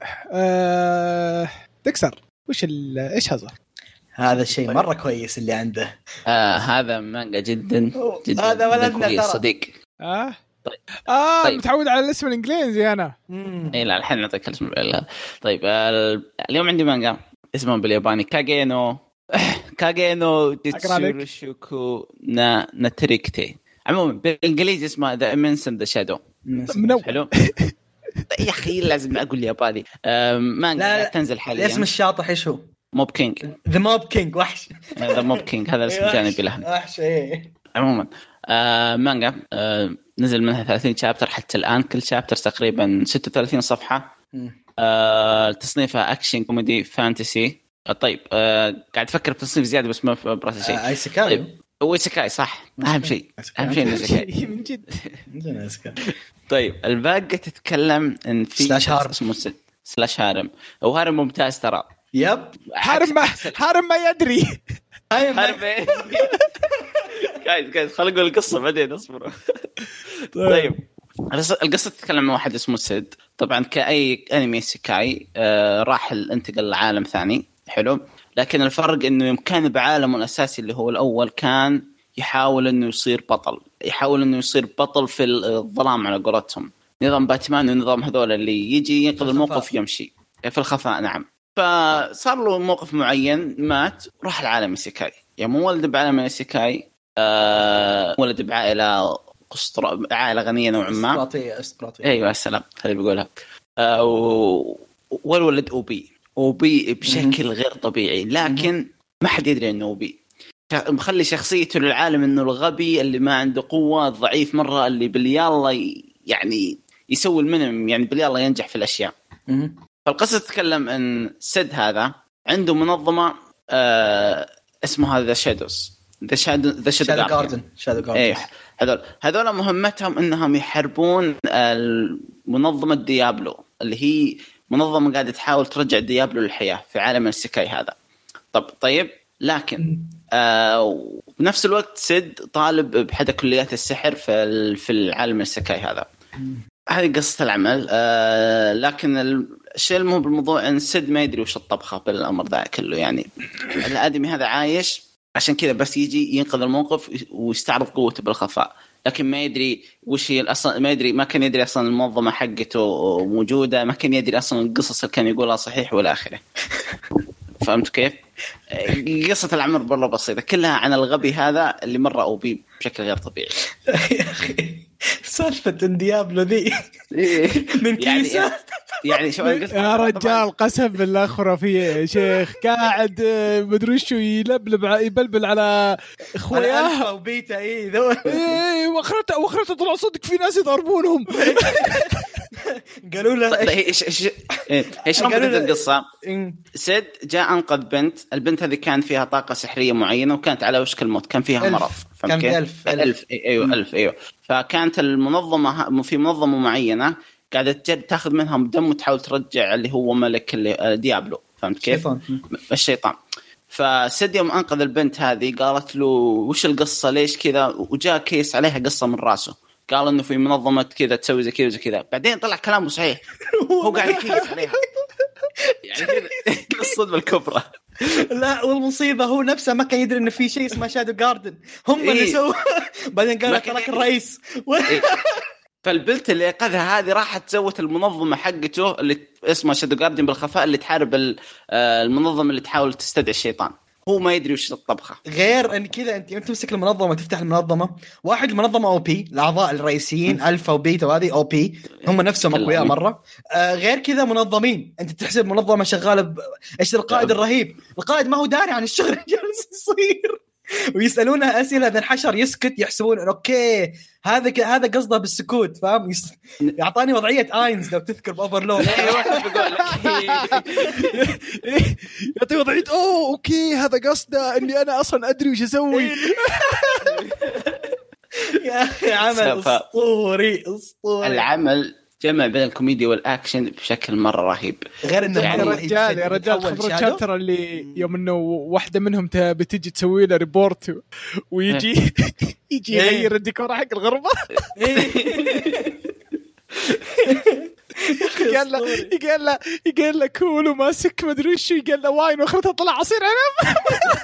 آه... تكسر وش ال... ايش هذا؟ هذا الشيء مرة كويس اللي عنده. آه هذا مانجا جدا جدا هذا ولدنا صديق. اه طيب. اه طيب. متعود على الاسم الانجليزي انا. اي لا الحين نعطيك الاسم بالله. طيب آه اليوم عندي مانجا اسمه بالياباني كاغينو كاغينو تيتسوشوكو نا ناتريكتي. عموما بالانجليزي اسمه ذا امنس اند ذا شادو. حلو يا اخي لازم اقول ياباني. مانجا تنزل حاليا. الاسم الشاطح ايش هو؟ موب كينج. ذا موب كينج وحش. ذا موب كينج هذا اسم جانبي له. وحش ايه. عموما آه مانجا آه نزل منها ثلاثين شابتر حتى الآن، كل شابتر تقريبا ستة وثلاثين صفحة. آه تصنيفها أكشن كوميدي فانتسي. آه طيب آه قاعد أفكر بتصنيف زيادة بس ما في براسي شيء. آه ايسيكاي. طيب هو سكاي صح اهم شيء اهم شيء سكاي من جد. طيب الباقي تتكلم ان في سلاش هارم اسمه ست سلاش هارم او هارم ممتاز ترى. يب هارم ما هارم ما يدري هارم قاعد قاعد خلينا نقول القصه بعدين اصبروا. طيب القصه تتكلم عن واحد اسمه سيد. طبعا كأي انمي سكاي آه راح انتقل لعالم ثاني حلو، لكن الفرق انه كان بعالمه الاساسي اللي هو الاول كان يحاول انه يصير بطل، يحاول انه يصير بطل في الظلام على قولتهم، نظام باتمان ونظام هذول اللي يجي ينقذ الموقف يمشي في الخفاء. نعم. فصار له موقف معين مات راح العالم السكاي. يعني مو ولد بعالم السكاي آه ولد بعائله قسطر عائله غنيه نوعا ما استراتيجيه استراتيجيه ايوه السلام هذه بيقولها آه والولد اوبي اوبي بشكل غير طبيعي، لكن ما حد يدري انه اوبي، مخلي شخصيته للعالم انه الغبي اللي ما عنده قوه ضعيف مره اللي باليالله يعني يسوي المنم يعني باليالله ينجح في الاشياء. فالقصه تتكلم ان سيد هذا عنده منظمه آه اسمها ذا شادوز ذا شادو ذا شادو جاردن شادو جاردن ايه هذول هذول مهمتهم انهم يحاربون المنظمه ديابلو اللي هي منظمه قاعده تحاول ترجع ديابلو للحياه في عالم السكاي هذا. طب طيب لكن آه بنفس الوقت سيد طالب بحدى كليات السحر في في العالم السكاي هذا. هذه قصة العمل. آه لكن الشيء المهم بالموضوع ان سيد ما يدري وش الطبخة بالأمر ذا كله. يعني الآدمي هذا عايش عشان كذا بس يجي ينقذ الموقف ويستعرض قوته بالخفاء، لكن ما يدري وش هي أصلا، ما يدري ما كان يدري أصلا المنظمة حقته موجودة، ما كان يدري أصلا القصص اللي كان يقولها صحيح ولا آخره. فهمت كيف؟ قصة العمر برا بسيطة كلها عن الغبي هذا اللي مرة أوبي بشكل غير طبيعي. يا أخي سالفة ديابلو ذي من كيسة يعني, يعني شو يا رجال قسم بالله خرافية يا شيخ. قاعد مدري شو يلبلب يبلبل على اخوياه وبيته ايه ذول ايه واخرته واخرته طلع صدق في ناس يضربونهم. قالوا له ايش ايش ايش بدت القصة؟ سيد جاء انقذ بنت، البنت هذه كان فيها طاقة سحرية معينة وكانت على وشك الموت، كان فيها مرض. كان ألف ألف ايوه ألف ايوه. فكانت المنظمة في منظمة معينة قاعدة تاخذ منها دم وتحاول ترجع اللي هو ملك اللي ديابلو. فهمت كيف؟ الشيطان. فسيد يوم أنقذ البنت هذه قالت له وش القصة ليش كذا، وجاء كيس عليها قصة من راسه، قال إنه في منظمة كذا تسوي زي كذا وزي كذا. بعدين طلع كلامه صحيح هو قاعد يكيس عليها يعني كذا الصدمة الكبرى. لا والمصيبة هو نفسه ما كان يدري إنه في شيء اسمه شادو جاردن، هم اللي إيه؟ سووا. بعدين قال تراك الرئيس إيه؟ فالبنت اللي أخذها هذه راحت تسوت المنظمة حقته اللي اسمها شادو جاردن بالخفاء اللي تحارب المنظمة اللي تحاول تستدعي الشيطان. هو ما يدري وش الطبخة. غير ان كذا انت تمسك المنظمه تفتح المنظمه، واحد المنظمه او بي الاعضاء الرئيسيين الفا وبيتا وهذه او بي هم نفسهم اقوياء مره. آه غير كذا منظمين انت تحسب منظمه شغاله ب... ايش القائد الرهيب، القائد ما هو داري عن الشغل جالس يصير ويسالونه اسئله ذا الحشر يسكت يحسبون اوكي هذا ك... هذا قصده بالسكوت فاهم. يس... يعطاني وضعيه اينز لو تذكر باوفرلود يعطي وضعيه اوه اوكي هذا قصده اني انا اصلا ادري وش اسوي. يا اخي عمل اسطوري اسطوري. العمل جمع بين الكوميديا والاكشن بشكل مره رهيب. غير انه يعني يا رجال يا رجال خبروا الشابتر اللي يوم انه واحده منهم بتجي تسوي له ريبورت ويجي يجي يغير الديكور حق الغرفه. قال له قال له قال له كول وماسك ما ادري ايش، قال له واين واخرتها طلع عصير عنب.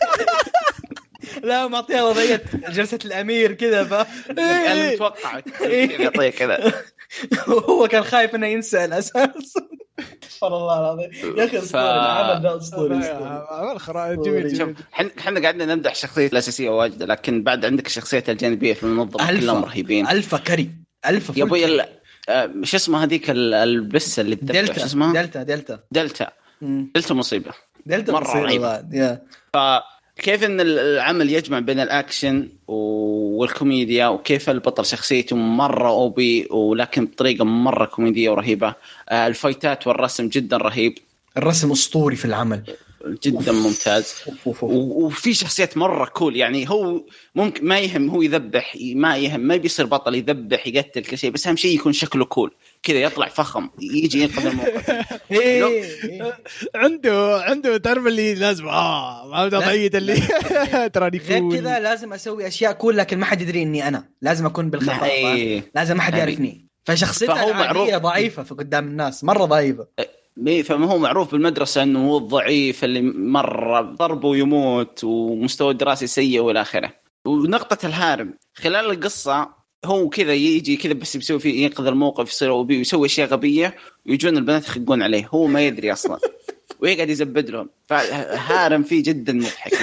لا معطيها وضعيه جلسه الامير كذا ف انا متوقع يعطيه كذا. هو كان خايف انه ينسى الاساس. سبحان الله العظيم يا اخي اسطوري العمل ده اسطوري عمل خرائط جميل. احنا قاعدين نمدح الشخصيه الاساسيه واجد، لكن بعد عندك الشخصيات الجانبيه في المنظمه كلهم رهيبين. الفا كري الفا يا ابوي مش اسمها هذيك البسه اللي دلتا شو اسمها دلتا دلتا دلتا دلتا مصيبه دلتا مره رهيبه. فكيف ان العمل يجمع بين الاكشن والكوميديا، وكيف البطل شخصيته مره اوبي ولكن بطريقه مره كوميديه ورهيبه. الفايتات والرسم جدا رهيب، الرسم اسطوري في العمل جدا ممتاز. وفي شخصيات مرة كول، يعني هو ممكن ما يهم هو يذبح ما يهم ما بيصير بطل يذبح يقتل كل شيء، بس أهم شيء يكون شكله كول كذا، يطلع فخم يجي ينقذ الموقف. عنده عنده تعرف اللي لازم اه ما بدي اضيد اللي تراني غير كذا لازم اسوي اشياء كول لكن ما حد يدري اني انا لازم اكون بالخفاء، لازم ما حد يعرفني. فشخصيته عادية ضعيفة في قدام الناس، مرة ضعيفة. ليه؟ فما هو معروف بالمدرسة أنه هو الضعيف اللي مرة ضربه ويموت ومستوى الدراسي سيء والى آخره. ونقطة الهارم خلال القصة هو كذا يجي كذا بس يسوي فيه ينقذ الموقف، يصير يسوي أشياء غبية ويجون البنات يخقون عليه، هو ما يدري أصلا ويقعد يزبد لهم. فهارم فيه جدا مضحك.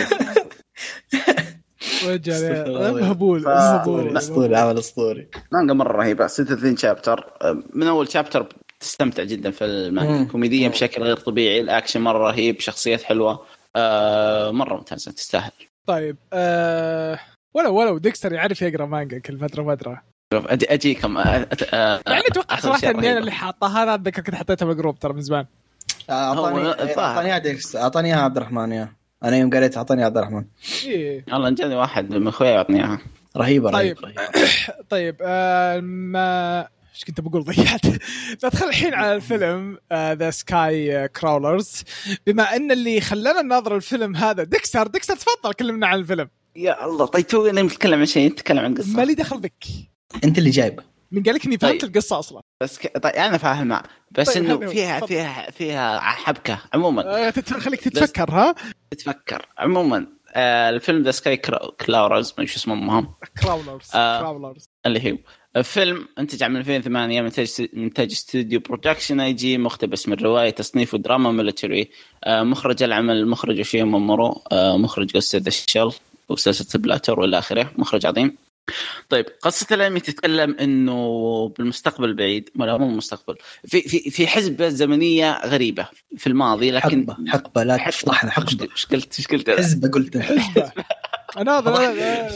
مهبول مهبول أسطوري، عمل أسطوري. مانجا مرة رهيبة، ستة وثلاثين شابتر. من أول شابتر تستمتع جدا في المانجا، كوميدية بشكل غير طبيعي، الأكشن مرة رهيب، شخصيات حلوة، آه مرة ممتازة تستاهل. طيب آه ولو ولو ديكستر يعرف يقرأ مانجا كل فترة فترة. أجي أجيكم أه أه يعني أتوقع صراحة إني أنا اللي حاطة هذا أتذكر كنت حطيتها بالجروب ترى من زمان. أعطاني أعطاني ديكستر أعطاني عبد الرحمن يا أنا يوم قريت أعطاني عبد الرحمن. إيه. الله جاني واحد من أخويا يعطني إياها. رهيبة طيب رهيبة. طيب آه ما إيش كنت بقول ضيعت. ندخل الحين على الفيلم ذا سكاي كراولرز. بما أن اللي خلانا نناظر الفيلم هذا ديكستر ديكستر تفضل كلمنا عن الفيلم. يا الله طيب تو أنا نتكلم عن شيء نتكلم عن قصة. ما لي دخل بك. أنت اللي جايبه. من قالك إني فهمت طيب. القصة أصلا. بس ك... طيب أنا فاهمها بس طيب إنه فيها فيها فيها حبكة عموما. آه تخليك تتفكر ها. تتفكر عموما. آه الفيلم ذا سكاي كراولرز ما شو اسمه مهم. كراولرز. آه كراولرز. اللي هو الفيلم انتج عام ألفين وثمانية من إنتاج استوديو برودكشن اي جي، مقتبس من رواية تصنيف ودراما ميليتري. آه مخرج العمل مخرج وشيء ممرو، آه مخرج قصة الشل وسلسلة بلاتر والى آخره، مخرج عظيم. طيب قصة الأنمي تتكلم إنه بالمستقبل البعيد، ولا مو المستقبل، في في في حزبة زمنية غريبة في الماضي، لكن حقبة حقبة لا تفضحنا حقبة. إيش قلت إيش قلت حزبة قلت حزبة. أنا هذا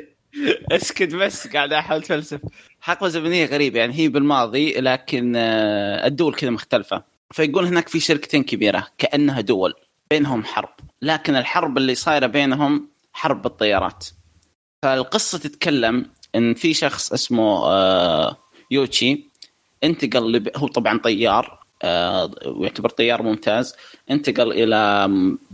اسكت بس قاعد أحاول أتفلسف. حقبة زمنية غريبة يعني هي بالماضي لكن الدول كذا مختلفة. فيقول هناك في شركتين كبيرة كأنها دول بينهم حرب، لكن الحرب اللي صايرة بينهم حرب بالطيارات. فالقصة تتكلم إن في شخص اسمه آه يوتشي انتقل لب... هو طبعا طيار آه ويعتبر طيار ممتاز، انتقل إلى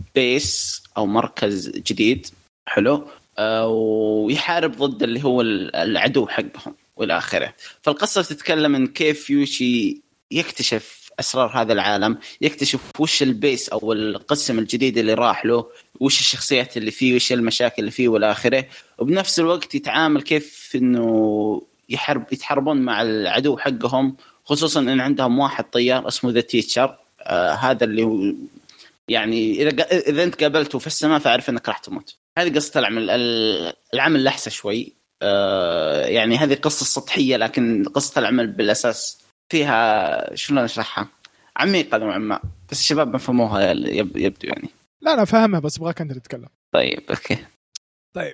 بيس أو مركز جديد حلو آه ويحارب ضد اللي هو العدو حقهم والى آخره. فالقصة تتكلم إن كيف يوتشي يكتشف أسرار هذا العالم، يكتشف وش البيس أو القسم الجديد اللي راح له، وش الشخصيات اللي فيه، وش المشاكل اللي فيه والى آخره. وبنفس الوقت يتعامل كيف إنه يحارب يتحاربون مع العدو حقهم، خصوصا إن عندهم واحد طيار اسمه ذا تيتشر. آه هذا اللي هو يعني إذا إذا أنت قابلته في السماء فعرف إنك راح تموت. هذه قصة العمل العمل لحسة شوي آه يعني هذه قصة سطحية، لكن قصة العمل بالأساس فيها شلون نشرحها عميقة نوعا ما، بس الشباب ما فهموها يبدو يعني. لا أنا فاهمها بس أبغاك أنت تتكلم. طيب أوكي طيب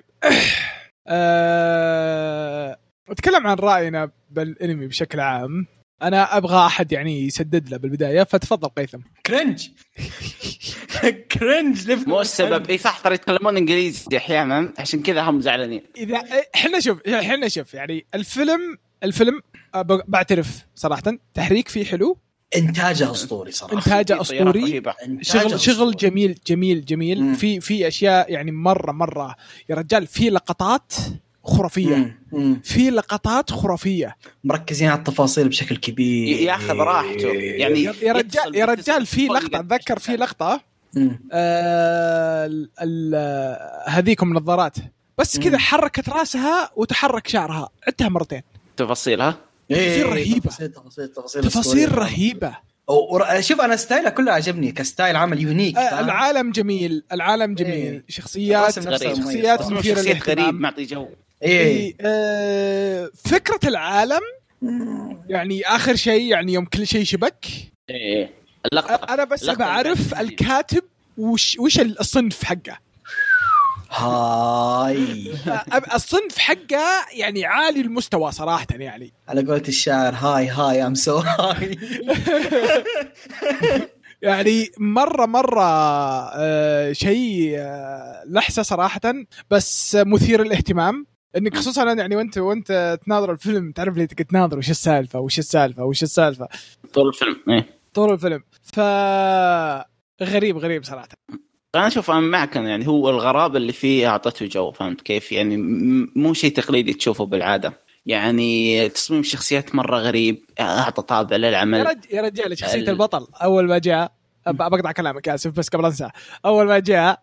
أه... أتكلم عن رأينا بالأنمي بشكل عام. أنا أبغى أحد يعني يسدد له بالبداية، فتفضل قيثم. كرنج كرنج مو السبب إيه صح، ترى يتكلمون إنجليزي أحيانا عشان كذا هم زعلانين. إذا إحنا شوف إحنا شوف يعني الفيلم الفيلم بعترف صراحة تحريك فيه حلو، إنتاجه أسطوري صراحة، إنتاجه أسطوري، شغل شغل جميل جميل جميل. مم. في في أشياء يعني مرة مرة يا رجال، في لقطات خرافية. مم. مم. في لقطات خرافية، مركزين على التفاصيل بشكل كبير، ياخذ راحته يعني. يا رجال يا رجال في لقطة أتذكر في لقطة آه هذيكم نظارات بس كذا حركت راسها وتحرك شعرها عدتها مرتين. تفاصيلها تفاصيل رهيبة، تفاصيل تفاصيل تفاصيل, تفاصيل رهيبة. شوف أنا ستايله كله عجبني كستايل عمل يونيك. آه العالم جميل، العالم جميل. إيه. شخصيات شخصيات مثيرة غريب معطي جو. إيه. آه فكرة العالم يعني آخر شيء يعني يوم كل شيء شبك. إيه. أنا بس بعرف الكاتب وش وش الصنف حقه. هاي الصنف حقه يعني عالي المستوى صراحة يعني. على قولة الشاعر هاي هاي أم سو هاي. يعني مرة مرة آه شيء آه لحسة صراحة، بس مثير الاهتمام. انك خصوصا يعني وانت وانت تناظر الفيلم تعرف لي تقعد تناظر وش السالفة وش السالفة وش السالفة طول الفيلم. إيه طول الفيلم. ف غريب غريب صراحة. أنا أشوف أنا معك يعني هو الغرابة اللي فيه أعطته جو، فهمت كيف يعني مو شيء تقليدي تشوفه بالعادة، يعني تصميم شخصيات مرة غريب، أعطى طابع للعمل. يا رجال يا رجال شخصية ال... البطل أول ما جاء بقطع كلامك آسف بس قبل أنسى، أول ما جاء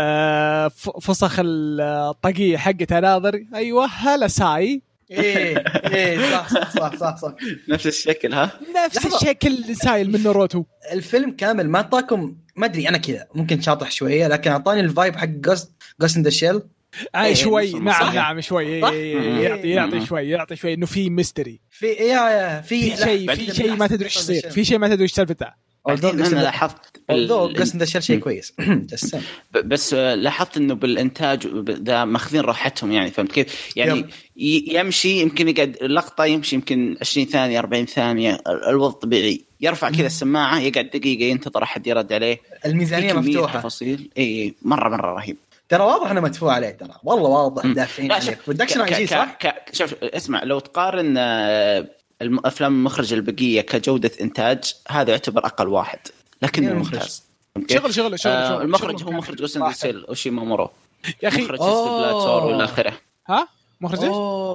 فسخ الطاقية حقته ناظر أيوة هلا ساي إيه إيه صح صح صح صح, صح. نفس الشكل ها نفس الشكل سايل من ناروتو. الفيلم كامل ما أعطاكم، ما أدري أنا كذا ممكن شاطح شوية لكن أعطاني الفايب حق جوست جوست إن ذا شيل. اي شوي نعم نعم شوي يعطي يعطي شوي يعطي شوي انه في ميستري في يا في شيء في شيء ما تدري ايش يصير، في شيء ما تدري ايش سالفته. انا لاحظت جوست ذا شيء كويس بس لاحظت انه بالانتاج ذا ماخذين راحتهم يعني فهمت كيف يعني يمشي يمكن يقعد لقطه يمشي يمكن عشرين ثانيه أربعين ثانيه الوضع طبيعي، يرفع كذا السماعه يقعد دقيقه ينتظر احد يرد عليه. الميزانيه مفتوحه تفاصيل اي مره مره رهيب. ترى واضح انه مدفوع عليه، ترى والله واضح دافعين عليه بدكش نعيش صح. شوف اسمع لو تقارن الافلام المخرج البقيه كجوده انتاج هذا يعتبر اقل واحد لكن ممتاز. شغل شغل شغل آه المخرج هو مخرج جوست ان ذا شيل اوشيمامورو يا اخي، مخرج بلاتور والى اخره. ها مخرج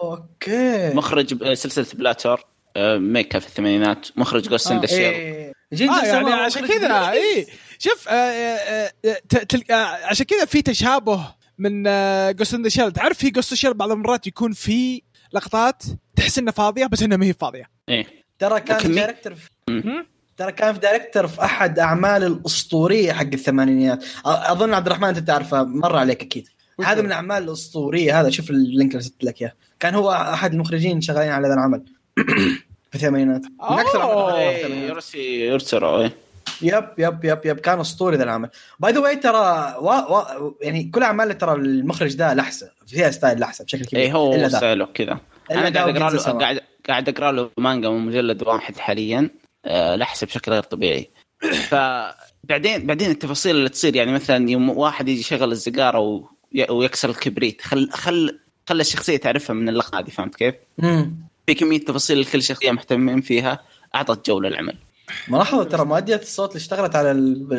اوكي مخرج سلسله بلاتور ميكا في الثمانينات، مخرج جوست ان ذا شيل. آه يعني عشان كذا اي شوف آه آه آه عشان كذا في تشابه من جوست ان ذا شيل. تعرف في جوست شيل بعض المرات يكون في لقطات تحس انها فاضيه بس انها ما هي فاضيه. ايه ترى كان دايركتور ترى كان في دايركتور في احد اعمال الاسطوريه حق الثمانينيات، اظن عبد الرحمن انت تعرفه مر عليك اكيد. هذا من الاعمال الاسطوريه، هذا شوف اللينك اللي سبت لك اياه، كان هو احد المخرجين شغالين على هذا العمل في الثمانينات من اكثر عمل يرسي يرسل. يب يب يب يب كان اسطوري ذا العمل. باي ذا واي ترى و... و... يعني كل اعمال ترى المخرج ده لحسه فيها ستايل لحسه بشكل كبير. ايه هو ستايله كذا. انا قاعد اقرا له قاعد قاعد اقرا له مانجا من مجلد واحد حاليا أه لحسه بشكل غير طبيعي. فبعدين بعدين التفاصيل اللي تصير يعني مثلا يوم واحد يجي يشغل السيجاره و... ويكسر الكبريت خل خل خلى الشخصيه تعرفها من اللقطه هذه فهمت كيف؟ امم في كميه تفاصيل كل شخصيه مهتمين فيها اعطت جو للعمل. ملاحظة ترى مؤدية الصوت اللي اشتغلت على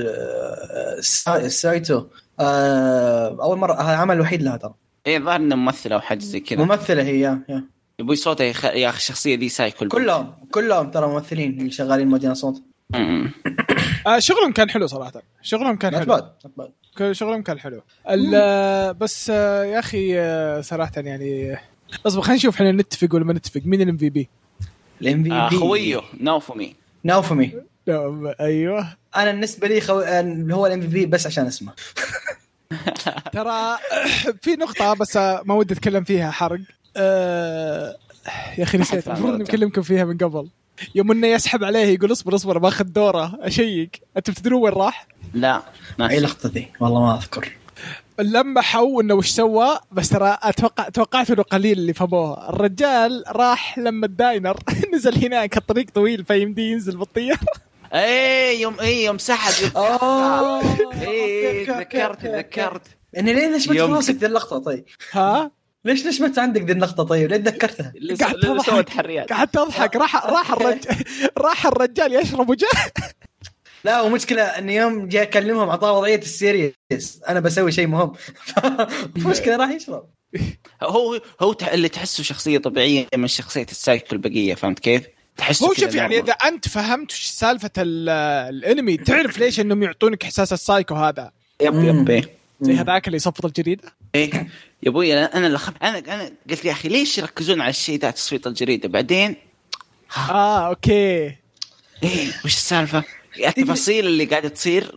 السايتو أول مرة، هذا العمل الوحيد لها ترى. إيه ظهر إنه ممثلة أو حاجة زي كذا. ممثلة هي يا يبوي صوته يخ... يا أخي الشخصية دي سايكل. كلهم كلهم ترى ممثلين اللي شغالين مؤدين صوت. آه شغلهم كان حلو صراحة، شغلهم كان حلو. أتباد أتباد. كل شغلهم كان حلو. بس آه يا أخي آه صراحة يعني أصبح خلينا نشوف إحنا نتفق ولا ما نتفق مين الام في بي. الام في بي خويه ناوفومي. ناوفومي ايوه انا بالنسبه لي خو... هو الام في بي بس عشان اسمه. ترى في نقطه بس ما ودي اتكلم فيها حرق أه... يا اخي نسيت المفروض نكلمكم فيها من قبل. يوم انه يسحب عليه يقول اصبر اصبر باخذ دوره اشيك، انت بتدرون وين راح؟ لا اي لقطه ذي والله ما اذكر. لما حو انه وش سوى، بس ترى اتوقع توقعت انه قليل اللي فهموه. الرجال راح لما الداينر نزل هناك الطريق طويل فيمدي ينزل بالطياره. ايه يوم ايه يوم سحب اه ايه تذكرت تذكرت اني ليه نشمت في راسك ذي اللقطه؟ طيب ها ليش نشمت عندك ذي اللقطه؟ طيب ليه تذكرتها؟ قعدت اضحك قعدت اضحك راح راح الرجال راح الرجال يشرب وجه. لا ومشكلة أن يوم جاء أكلمهم أعطاه وضعية السيريس، أنا بسوي شيء مهم مشكلة راح يشرب. هو هو اللي تحسه شخصية طبيعية من شخصية السايكو البقية فهمت كيف؟ تحسه هو شوف يعني إذا أنت فهمت وش سالفة الأنمي تعرف ليش إنهم يعطونك إحساس السايكو هذا. يب يب زي هذاك اللي يصفط الجريدة. إيه يا أبوي أنا اللي خ... أنا أنا قلت يا أخي ليش يركزون على الشيء ده تصفيط الجريدة بعدين؟ آه أوكي. إيه وش السالفة؟ التفاصيل اللي قاعدة تصير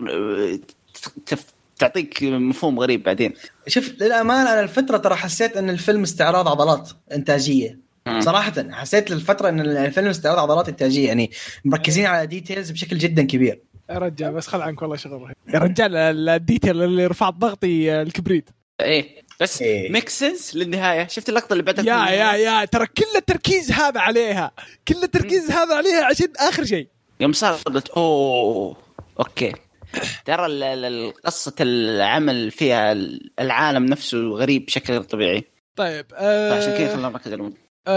تعطيك مفهوم غريب بعدين. شوف للأمانة أنا الفترة ترى حسيت أن الفيلم استعراض عضلات إنتاجية م. صراحة حسيت للفترة أن الفيلم استعراض عضلات إنتاجية، يعني مركزين على ديتيلز بشكل جدا كبير. يا رجال بس خل عنك والله شغل رهيب يا رجال. الديتيل اللي رفعت ضغطي الكبريت إيه بس إيه. ميكسنس للنهاية. شفت اللقطة اللي بعدها يا يا يا ترى كل التركيز هذا عليها، كل التركيز م. هذا عليها عشان آخر شيء يوم صار قلت أوه اوكي ترى ال- ال- قصة العمل فيها العالم نفسه غريب بشكل غير طبيعي. طيب آه عشان كذا خلنا نركز على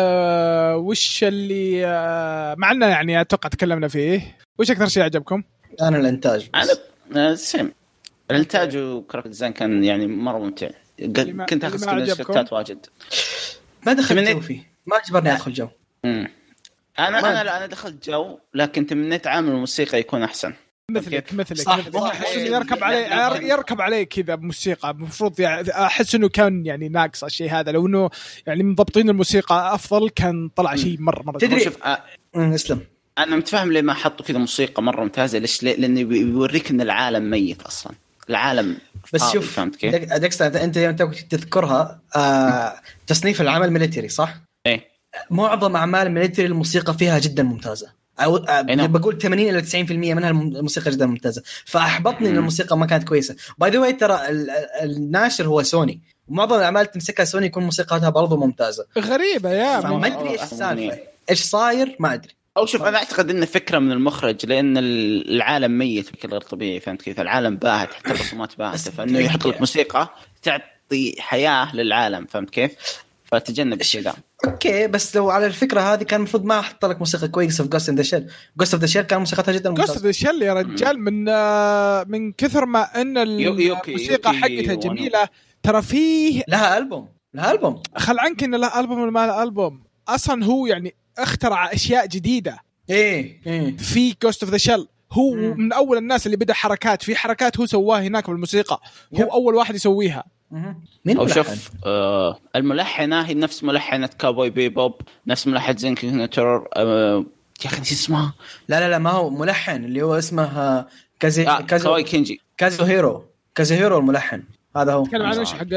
آه وش اللي آه معنا يعني اتوقع تكلمنا فيه. وش اكثر شيء عجبكم؟ انا الانتاج انا سيم الانتاج وكاركتر ديزاين كان يعني مره ممتع. ما... كنت اخذ سكريبتات واجد ما دخلت جو فيه ما اجبرني ادخل جو. امم انا انا لا انا دخلت جو لكن تمنيت عامل الموسيقى يكون احسن مثلك مثلك احس انه يركب عليه يركب عليه كذا بموسيقى المفروض يعني احس انه كان يعني ناقص الشيء هذا. لو انه يعني مضبطين الموسيقى افضل كان طلع شيء مره مره تدري شوف اسلم انا متفاهم ليه ما حطوا كذا موسيقى مره ممتازه. ليش؟ لانه بيوريك ان العالم ميت اصلا العالم. بس شوف فهمت كيف ديكستر انت انت تذكرها آه تصنيف العمل ميليتري صح؟ ايه معظم اعمال الميليتري الموسيقى فيها جدا ممتازه او بقول ثمانين إلى تسعين بالمئة منها الموسيقى جدا ممتازه. فاحبطني ان الموسيقى ما كانت كويسه. باي ذا واي ترى الناشر هو سوني ومعظم الاعمال تمسكها سوني يكون موسيقتها برضه ممتازه. غريبه يا ما ادري ايش السالفه ايش صاير ما ادري. او شوف انا اعتقد ان فكره من المخرج لان العالم ميت بشكل غير طبيعي. فهمت كيف؟ العالم باهت حتى الرسومات باهته فانه يحط لك موسيقى تعطي حياه للعالم. فهمت كيف؟ فتجنب الشيء ده. اوكي بس لو على الفكره هذه كان المفروض ما احط لك موسيقى كويسه في Ghost in the Shell. Ghost of the Shell كان موسيقتها جدا ممتازه. Ghost of the Shell يا رجال من من كثر ما ان الموسيقى حقتها جميله ترى فيه لها ألبوم لها ألبوم خل عنك ان لها ألبوم ولا ما لها ألبوم أصلا. هو يعني اخترع أشياء جديدة إيه إيه في Ghost of the Shell. هو مم. من أول الناس اللي بدأ حركات في حركات هو سواها هناك بالموسيقى. هو يب. أول واحد يسويها. مين أو شوف آه الملحنة هي نفس ملحنة كابوي بيبوب نفس ملحنة زين كينج تيرور. آه يا أخي نسيت اسمها. لا لا لا ما هو ملحن اللي هو اسمه كازي آه كازو كاوي كينجي كازو هيرو كازو هيرو الملحن هذا هو. تكلم عن وش حق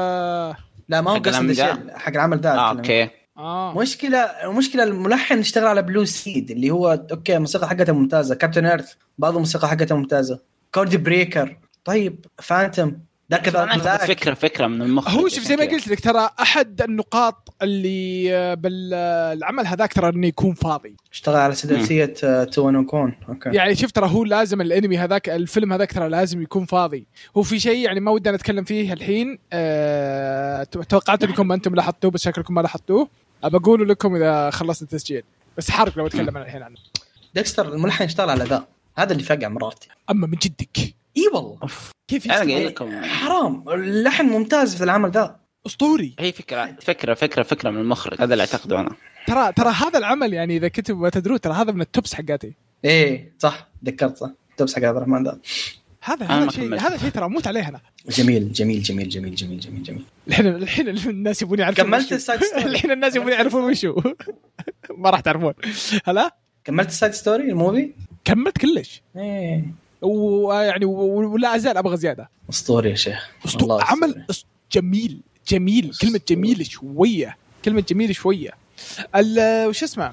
لا ما هو قصد حق العمل ده. آه أوكي آه. مشكلة المشكلة الملحن اشتغل على بلو سيد اللي هو أوكي موسيقى حقتها ممتازة. كابتن إيرث بعض الموسيقى حقتها ممتازة. كورد بريكر طيب فانتوم ده كذا فكرة فكرة من المخرج. هو شوف زي ما قلت لك ترى أحد النقاط اللي بالعمل هذاك ترى إنه يكون فاضي. اشتغل على سلسلة توانو كون. أوكي. يعني شوف ترى هو لازم الأنمي هذاك الفيلم هذاك ترى لازم يكون فاضي. هو في شيء يعني ما ودنا نتكلم فيه الحين. أه... توقعت إنكم أنتم لاحظتوه بس شكلكم ما لاحظتوه. أبى أقول لكم إذا خلصت التسجيل بس حرق لو أتكلم عن الحين عنه. ديكستر الملحن اشتغل على ذا هذا اللي فقع مرارتي. أما من جدك اي والله كيف انا قايل لكم حرام اللحن ممتاز في العمل ده اسطوري. هي فكره فكره فكره فكره من المخرج هذا اللي اعتقده انا. ترى ترى هذا العمل يعني اذا كنتوا ما تدرون ترى هذا من التوبس حقاتي. ايه صح ذكرت صح التوبس حق عبد الرحمن ده. هذا هذا شيء هذا شيء ترى اموت عليه انا. جميل جميل جميل جميل جميل جميل جميل. الحين الحين الناس يبون يعرفون. كملت السايد ستوري. الحين الناس يبون يعرفون وشو. ما راح تعرفون. هلا كملت السايد ستوري الموفي. كملت كلش. ايه ويعني ولا أزال أبغى زيادة. أسطوري يا شيخ. أسطوري عمل جميل جميل كلمة جميل شوية كلمة جميل شوية. ال وش اسمه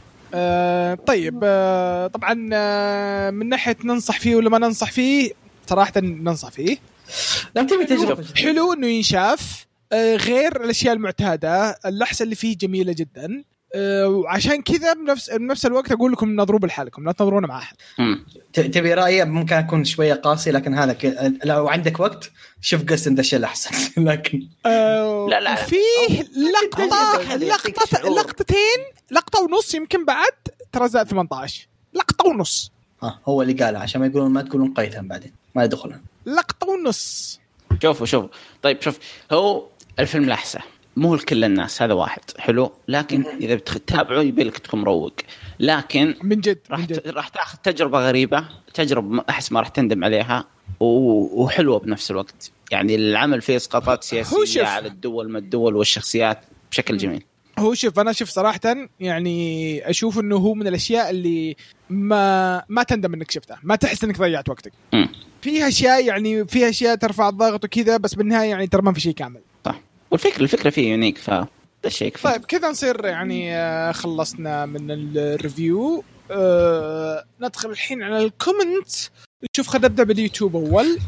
آه طيب آه طبعا آه من ناحية ننصح فيه ولا ما ننصح فيه صراحة ننصح فيه. لا تبي تجربة حلو إنه ينشاف آه غير الأشياء المعتادة. اللحسة اللي فيه جميلة جدا. وعشان كذا بنفس بنفس الوقت اقول لكم نضربوا بحالكم لا تنظرونا مع احد. تبي رايي ممكن اكون شويه قاسي لكن هذا ك... لو عندك وقت شوف قص انت شيء احسن. لكن أه لا لا فيه لقطه لقطه لقطتين لقطه ونص يمكن بعد ترى زائد ثمانية عشر لقطه ونص. ها هو اللي قاله عشان ما يقولون ما تقولون قيثم بعدين ما يدخلون لقطه ونص. شوفوا شوفوا طيب شوف هو الفيلم لحسه مو لكل الناس هذا واحد حلو لكن إذا بتتابعه يبيلك تكون مروق لكن من جد راح من جد. راح تاخذ تجربة غريبة تجربة أحس ما راح تندم عليها وحلوة بنفس الوقت. يعني العمل فيه إسقاطات سياسية على الدول ما الدول والشخصيات بشكل جميل. هو شوف أنا شوف صراحة يعني أشوف إنه هو من الأشياء اللي ما ما تندم إنك شفتها ما تحس إنك ضيعت وقتك. م. فيها أشياء يعني فيها أشياء ترفع الضغط وكذا بس بالنهاية يعني ترى ما في شيء كامل. صح والفكرة الفكرة فيه يونيك فده الشيء كفاية. طيب كذا نصير يعني خلصنا من الريفيو. أه ندخل الحين على الكومنت نشوف. خلينا نبدأ باليوتيوب أول.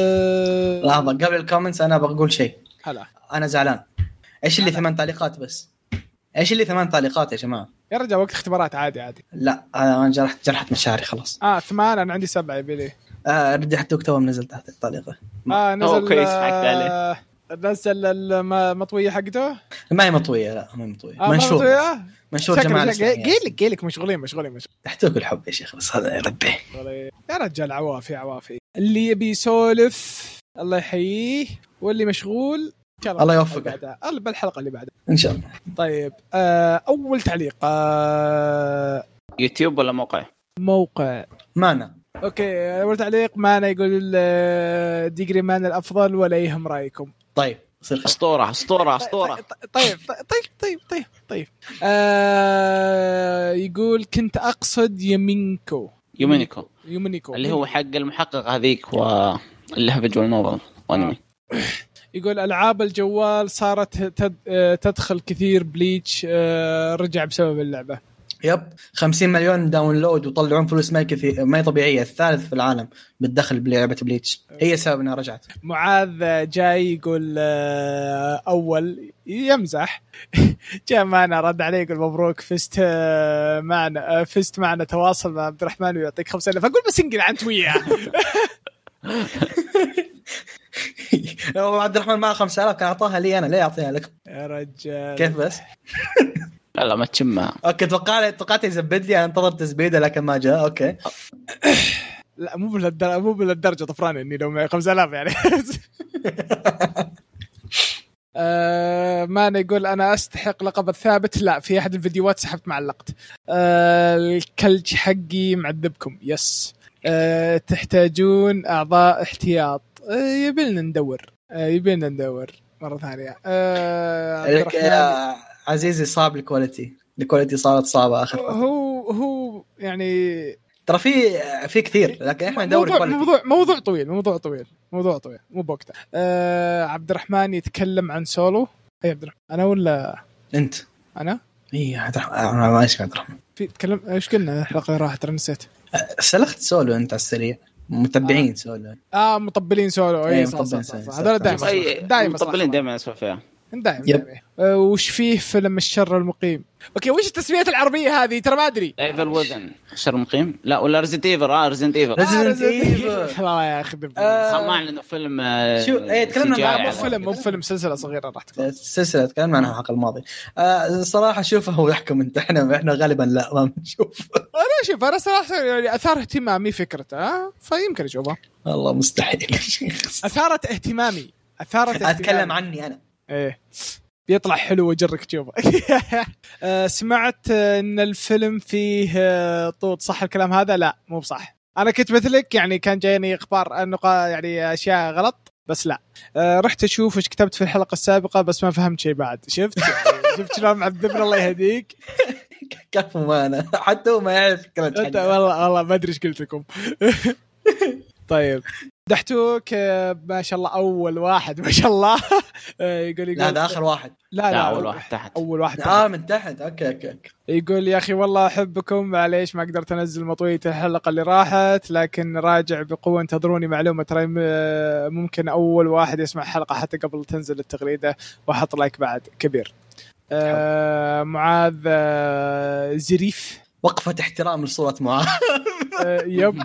أه لحظة قبل الكومنتس أنا بقول شيء. هلا أنا زعلان. إيش اللي ثمان تعليقات بس ايش اللي ثمان تعليقات يا جماعه؟ يا رجال وقت اختبارات عادي عادي. لا انا جرحت جرحت مشاعري خلاص. اه ثمان انا عندي سبعة يبي لي. آه ردي حتى وقتها نزل تحت التعليقه. اه نزل هو كويس حقت عليه. آه نزل المطويه حقته. ما هي مطويه لا ما هي مطويه آه منشور مطوية؟ منشور جمال قيل لك قيل لك مشغولين مشغولين مشغولين تحتوك الحب يا شيخ بس هذا ربي يا رجال عوافي عوافي اللي يبي يسولف الله يحييه واللي مشغول الله يوفقه الله بالحلقه اللي بعدها ان شاء الله. طيب آه اول تعليق آه يوتيوب ولا موقع؟ موقع مانا. اوكي اول تعليق مانا يقول آه ديجري مانا الافضل ولا يهم رايكم؟ طيب اسطوره اسطوره اسطوره. طيب طيب طيب طيب طيب آه يقول كنت اقصد يمينكو يومينيكو يومينيكو اللي هو حق المحقق هذيك واللي هو فيجوال نوفل وانمي. يقول العاب الجوال صارت تدخل كثير بليتش رجع بسبب اللعبه. يب خمسين مليون داونلود وطلعون فلوس ما كثير ما طبيعيه الثالث في العالم بالدخل بلعبه بليتش هي سبب انها رجعت. معاذ جاي يقول اول يمزح جاء معنا رد عليه يقول مبروك فزت معنا فزت معنا تواصل مع عبد الرحمن ويعطيك خمسة آلاف. اقول بس انقل عنت وياه لو عبد الرحمن معه خمسة آلاف كان اعطاها لي انا ليه اعطيها لك يا رجال كيف بس لا لا ما تشمها. اوكي توقع توقعت يزبد لي انا انتظرت تزبيده لكن ما جاء. اوكي لا مو بالدرجه مو بالدرجه طفران اني لو معي خمسة آلاف يعني آه ما أنا يقول أنا أستحق لقب الثابت. لا في أحد الفيديوهات سحبت معلقت. آه الكلج حقي معذبكم يس. آه تحتاجون أعضاء احتياط. آه يبيلنا ندور آه يبيلنا ندور مرة ثانية. آه عزيزي صعب الكواليتي الكواليتي صارت صعبة آخر فترة. هو هو يعني ترى في في كثير لكن احنا ندور موضوع موضوع موضوع طويل موضوع طويل موضوع طويل مو بوقته. آه عبد الرحمن يتكلم عن سولو. اي عبد الرحمن انا ولا انت؟ انا اي عبد الرحمن انا ما اسمع عبد الرحمن في تكلم ايش قلنا الحلقه اللي راحت نسيت. سلخت سولو انت على السريع متبعين آه. سولو اه مطبلين سولو اي صح صح صح هذول دائما دائما مطبلين دائما اسمع فيها دائما دائما. أه وش فيه فيلم الشر المقيم؟ اوكي وش التسميات العربيه هذه ترى ما ادري. ايفل وذن الشر المقيم لا ولا ريزنت ايفل اه ريزنت ايفل ريزنت ايفل لا يا اخي سمعنا انه فيلم شو ايه تكلمنا عن فيلم مو فيلم سلسله صغيره راح تكون سلسله تكلمنا عنها الحلقه الماضيه. آه صراحه شوفه هو يحكم انت احنا احنا غالبا لا ما بنشوف. انا شوف انا صراحه يعني اثار اهتمامي فكرته آه فيمكن اشوفه. والله مستحيل اثارت اهتمامي اثارت اتكلم عني انا ايه بيطلع حلو وجرك تشوفه. سمعت ان الفيلم فيه طود صح الكلام هذا؟ لا مو بصح. انا كنت مثلك يعني كان جايني اخبار انه يعني اشياء غلط بس لا. رحت اشوف ايش كتبت في الحلقه السابقه بس ما فهمت شيء بعد. شفت شفت شلون معذبنا الله يهديك. كفو ما انا حتى هو ما يعرف كلمه انت والله والله ما ادري ايش قلت لكم. طيب دحتوك ما شاء الله اول واحد ما شاء الله. يقول يقول لا ده اخر واحد. لا لا, لا اول واحد تحت اول واحد تحت. اه من تحت اوكي اوكي اوكي. يقول يا اخي والله احبكم معليش ما قدرت انزل مطويه الحلقه اللي راحت لكن راجع بقوه انتظروني معلومه ترى ممكن اول واحد يسمع الحلقه حتى قبل تنزل التغريده واحط لايك بعد كبير. آه معاذ آه زريف وقفه احترام لصوره معاذ. آه يب.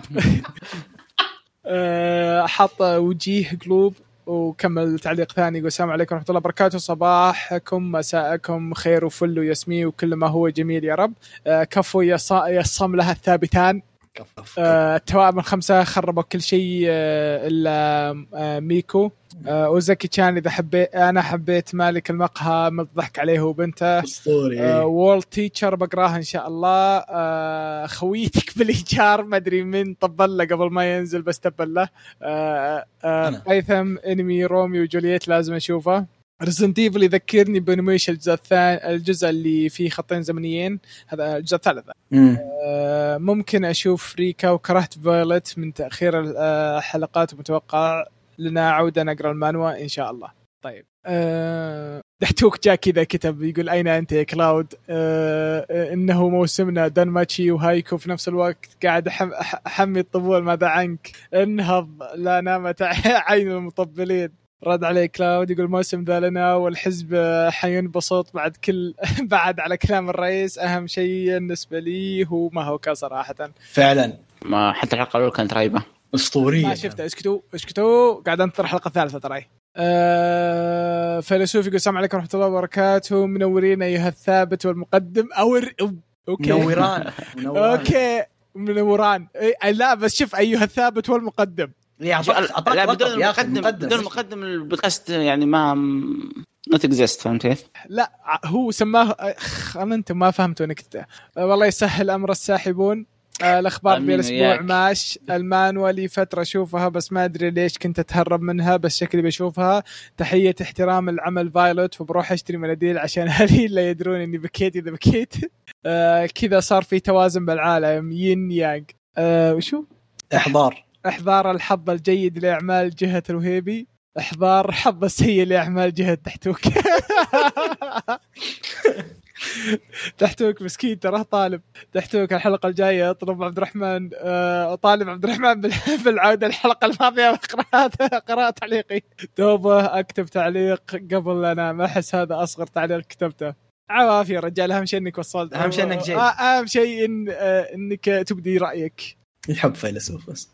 أه حط وجيه قلوب وكمل تعليق ثاني يقول السلام عليكم ورحمة الله وبركاته صباحكم مساءكم خير وفل ويسمي وكل ما هو جميل يا رب. أه كفو يصم لها الثابتان. أه التوائم الخمسة خربوا كل شيء أه إلا أه ميكو. أه وزكي كان إذا حبيت أنا حبيت مالك المقهى مضحك عليه وبنته. أه وول تيتشر بقراها إن شاء الله. أه خويتك بالإيجار ما أدري من طبل له قبل ما ينزل بس تبل له. أه أه أيثم إنمي رومي وجولييت لازم أشوفه. ريزنت ايفل يذكرني بانيميشن الجزء الثاني الجزء اللي فيه خطين زمنيين هذا الجزء الثالث. آه ممكن اشوف ريكا وكرهت فايلت من تاخير الحلقات ومتوقع لنا عوده نقرا المانوا ان شاء الله. طيب آه دحتوك جاء كذا كتب يقول اين انت يا كلاود. آه انه موسمنا دانماتشي وهايكو في نفس الوقت قاعد احمي الطبول ماذا عنك انهض لا نامت عين المطبلين. رد عليه كلاود يقول موسم ذا لنا والحزب حينبسط بعد كل بعد على كلام الرئيس. أهم شيء بالنسبة لي هو ما هو كصراحة فعلا ما حتى الحلقة الأولى كانت رهيبة أسطورية. ما شفتها. اسكتوا اسكتوا قاعد انتظر الحلقة الثالثة تراي. أه فيلسوف يقول السلام عليكم ورحمة الله وبركاته منورين أيها الثابت والمقدم أور أوكي منوران أوكي منوران إيه لا بس شوف أيها الثابت والمقدم لا بدون المقدم بدون المقدم البودكاست يعني ما not exist فهمت كيف؟ لا هو سماه أنا أنت ما فهمتوا نكتة. والله يسهل أمر الساحبون. الأخبار بالأسبوع ماش المانوا لي فترة أشوفها بس ما أدري ليش كنت أتهرب منها بس شكلي بشوفها. تحية احترام العمل فايلوت وبروح أشتري مناديل عشان هلي لا يدرون إني بكيت إذا بكيت. آه كذا صار في توازن بالعالم ين يانج. آه وشو إحضار إحضار الحظ الجيد لأعمال جهة الوهيبي إحضار حظ السيء لأعمال جهة تحتوك. تحتوك مسكين ترى طالب تحتوك الحلقة الجاية اطلب عبد الرحمن أه طالب عبد الرحمن بالعودة الحلقة الماضية قراءة قراءة تعليقي توبة أكتب تعليق قبل أنا ما أحس هذا أصغر تعليق كتبته. عوافي يا رجال أهم شيء إنك وصلت أهم شيء إنك جيد أهم شيء إن آه إنك تبدي رأيك. يحب فيلسوف بس.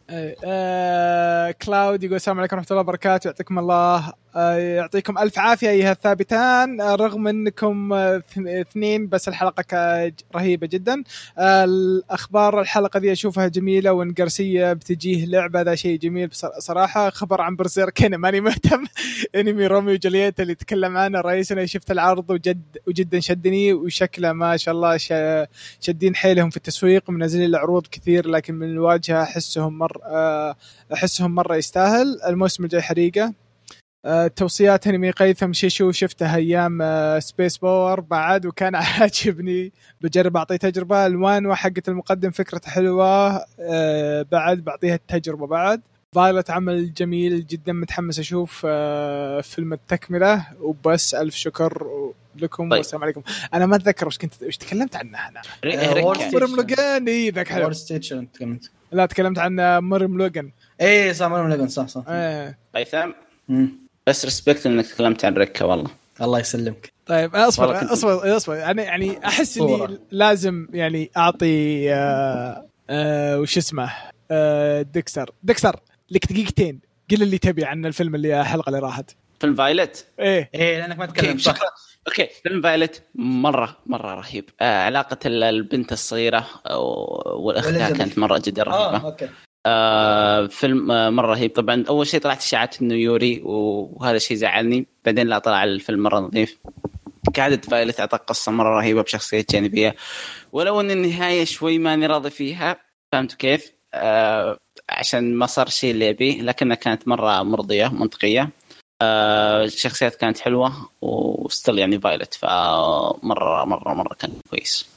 آه كلاود يقول السلام عليكم ورحمة الله وبركاته يعطيكم الله آه يعطيكم ألف عافية أيها الثابتان آه رغم أنكم آه اثنين بس الحلقة رهيبة جدا. آه الأخبار الحلقة دي أشوفها جميلة وانقرسية بتجيه لعبة هذا شيء جميل صراحة. خبر عن برزيرك أنا ماني مهتم انمي روميو وجولييت اللي تكلم عنه الرئيس أنا شفت العرض وجد وجدا شدني وشكله ما شاء الله شدين حيلهم في التسويق منزلين العروض كثير لكن من الواجهة أحسهم مرة أحسهم مرة يستاهل. الموسم الجاي حريقة. أه توصيات انمي قيثم شيشو شفتها ايام أه سبيس باور بعد وكان عاجبني بجرب اعطيه تجربه. الوان وحقه المقدم فكرته حلوه أه بعد بعطيها التجربه. بعد فايلت عمل جميل جدا متحمس اشوف أه فيلم التكمله وبس. الف شكر لكم طيب. والسلام عليكم. انا ما اتذكر وش كنت وش تكلمت عنها انا مريم لوغان ذاك حلو تكلمت لا تكلمت عن مريم لوغان ايه صح مريم لوغان صح صح ايه قيثم بس ريسبكت انك تكلمت عن ركة والله الله يسلمك. طيب اصبر اصبر اصبر انا يعني احس اني لازم يعني اعطي آه آه وش اسمه آه ديكستر ديكستر لك دقيقتين قل اللي تبي عن الفيلم اللي الحلقه اللي راحت فيلم فايلت. ايه ايه لانك ما تكلمت صح. اوكي فيلم فايلت مره مره رهيب. آه علاقه البنت الصغيره والاختها كانت مره جدا رهيبه. اه اوكي آه فيلم آه مرة رهيب. طبعا أول شيء طلعت إشاعات إنه يوري وهذا الشيء زعلني. بعدين لا طلع الفيلم مرة نظيف. قاعدة فايلت أعطى قصة مرة رهيبة بشخصية جانبية ولو أن النهاية شوي ماني راضي فيها فهمت كيف آه عشان ما صار شيء اللي أبيه لكنها كانت مرة مرضية منطقية. آه الشخصيات كانت حلوة وستيل يعني فايلت فمرة مرة مرة كان كويس.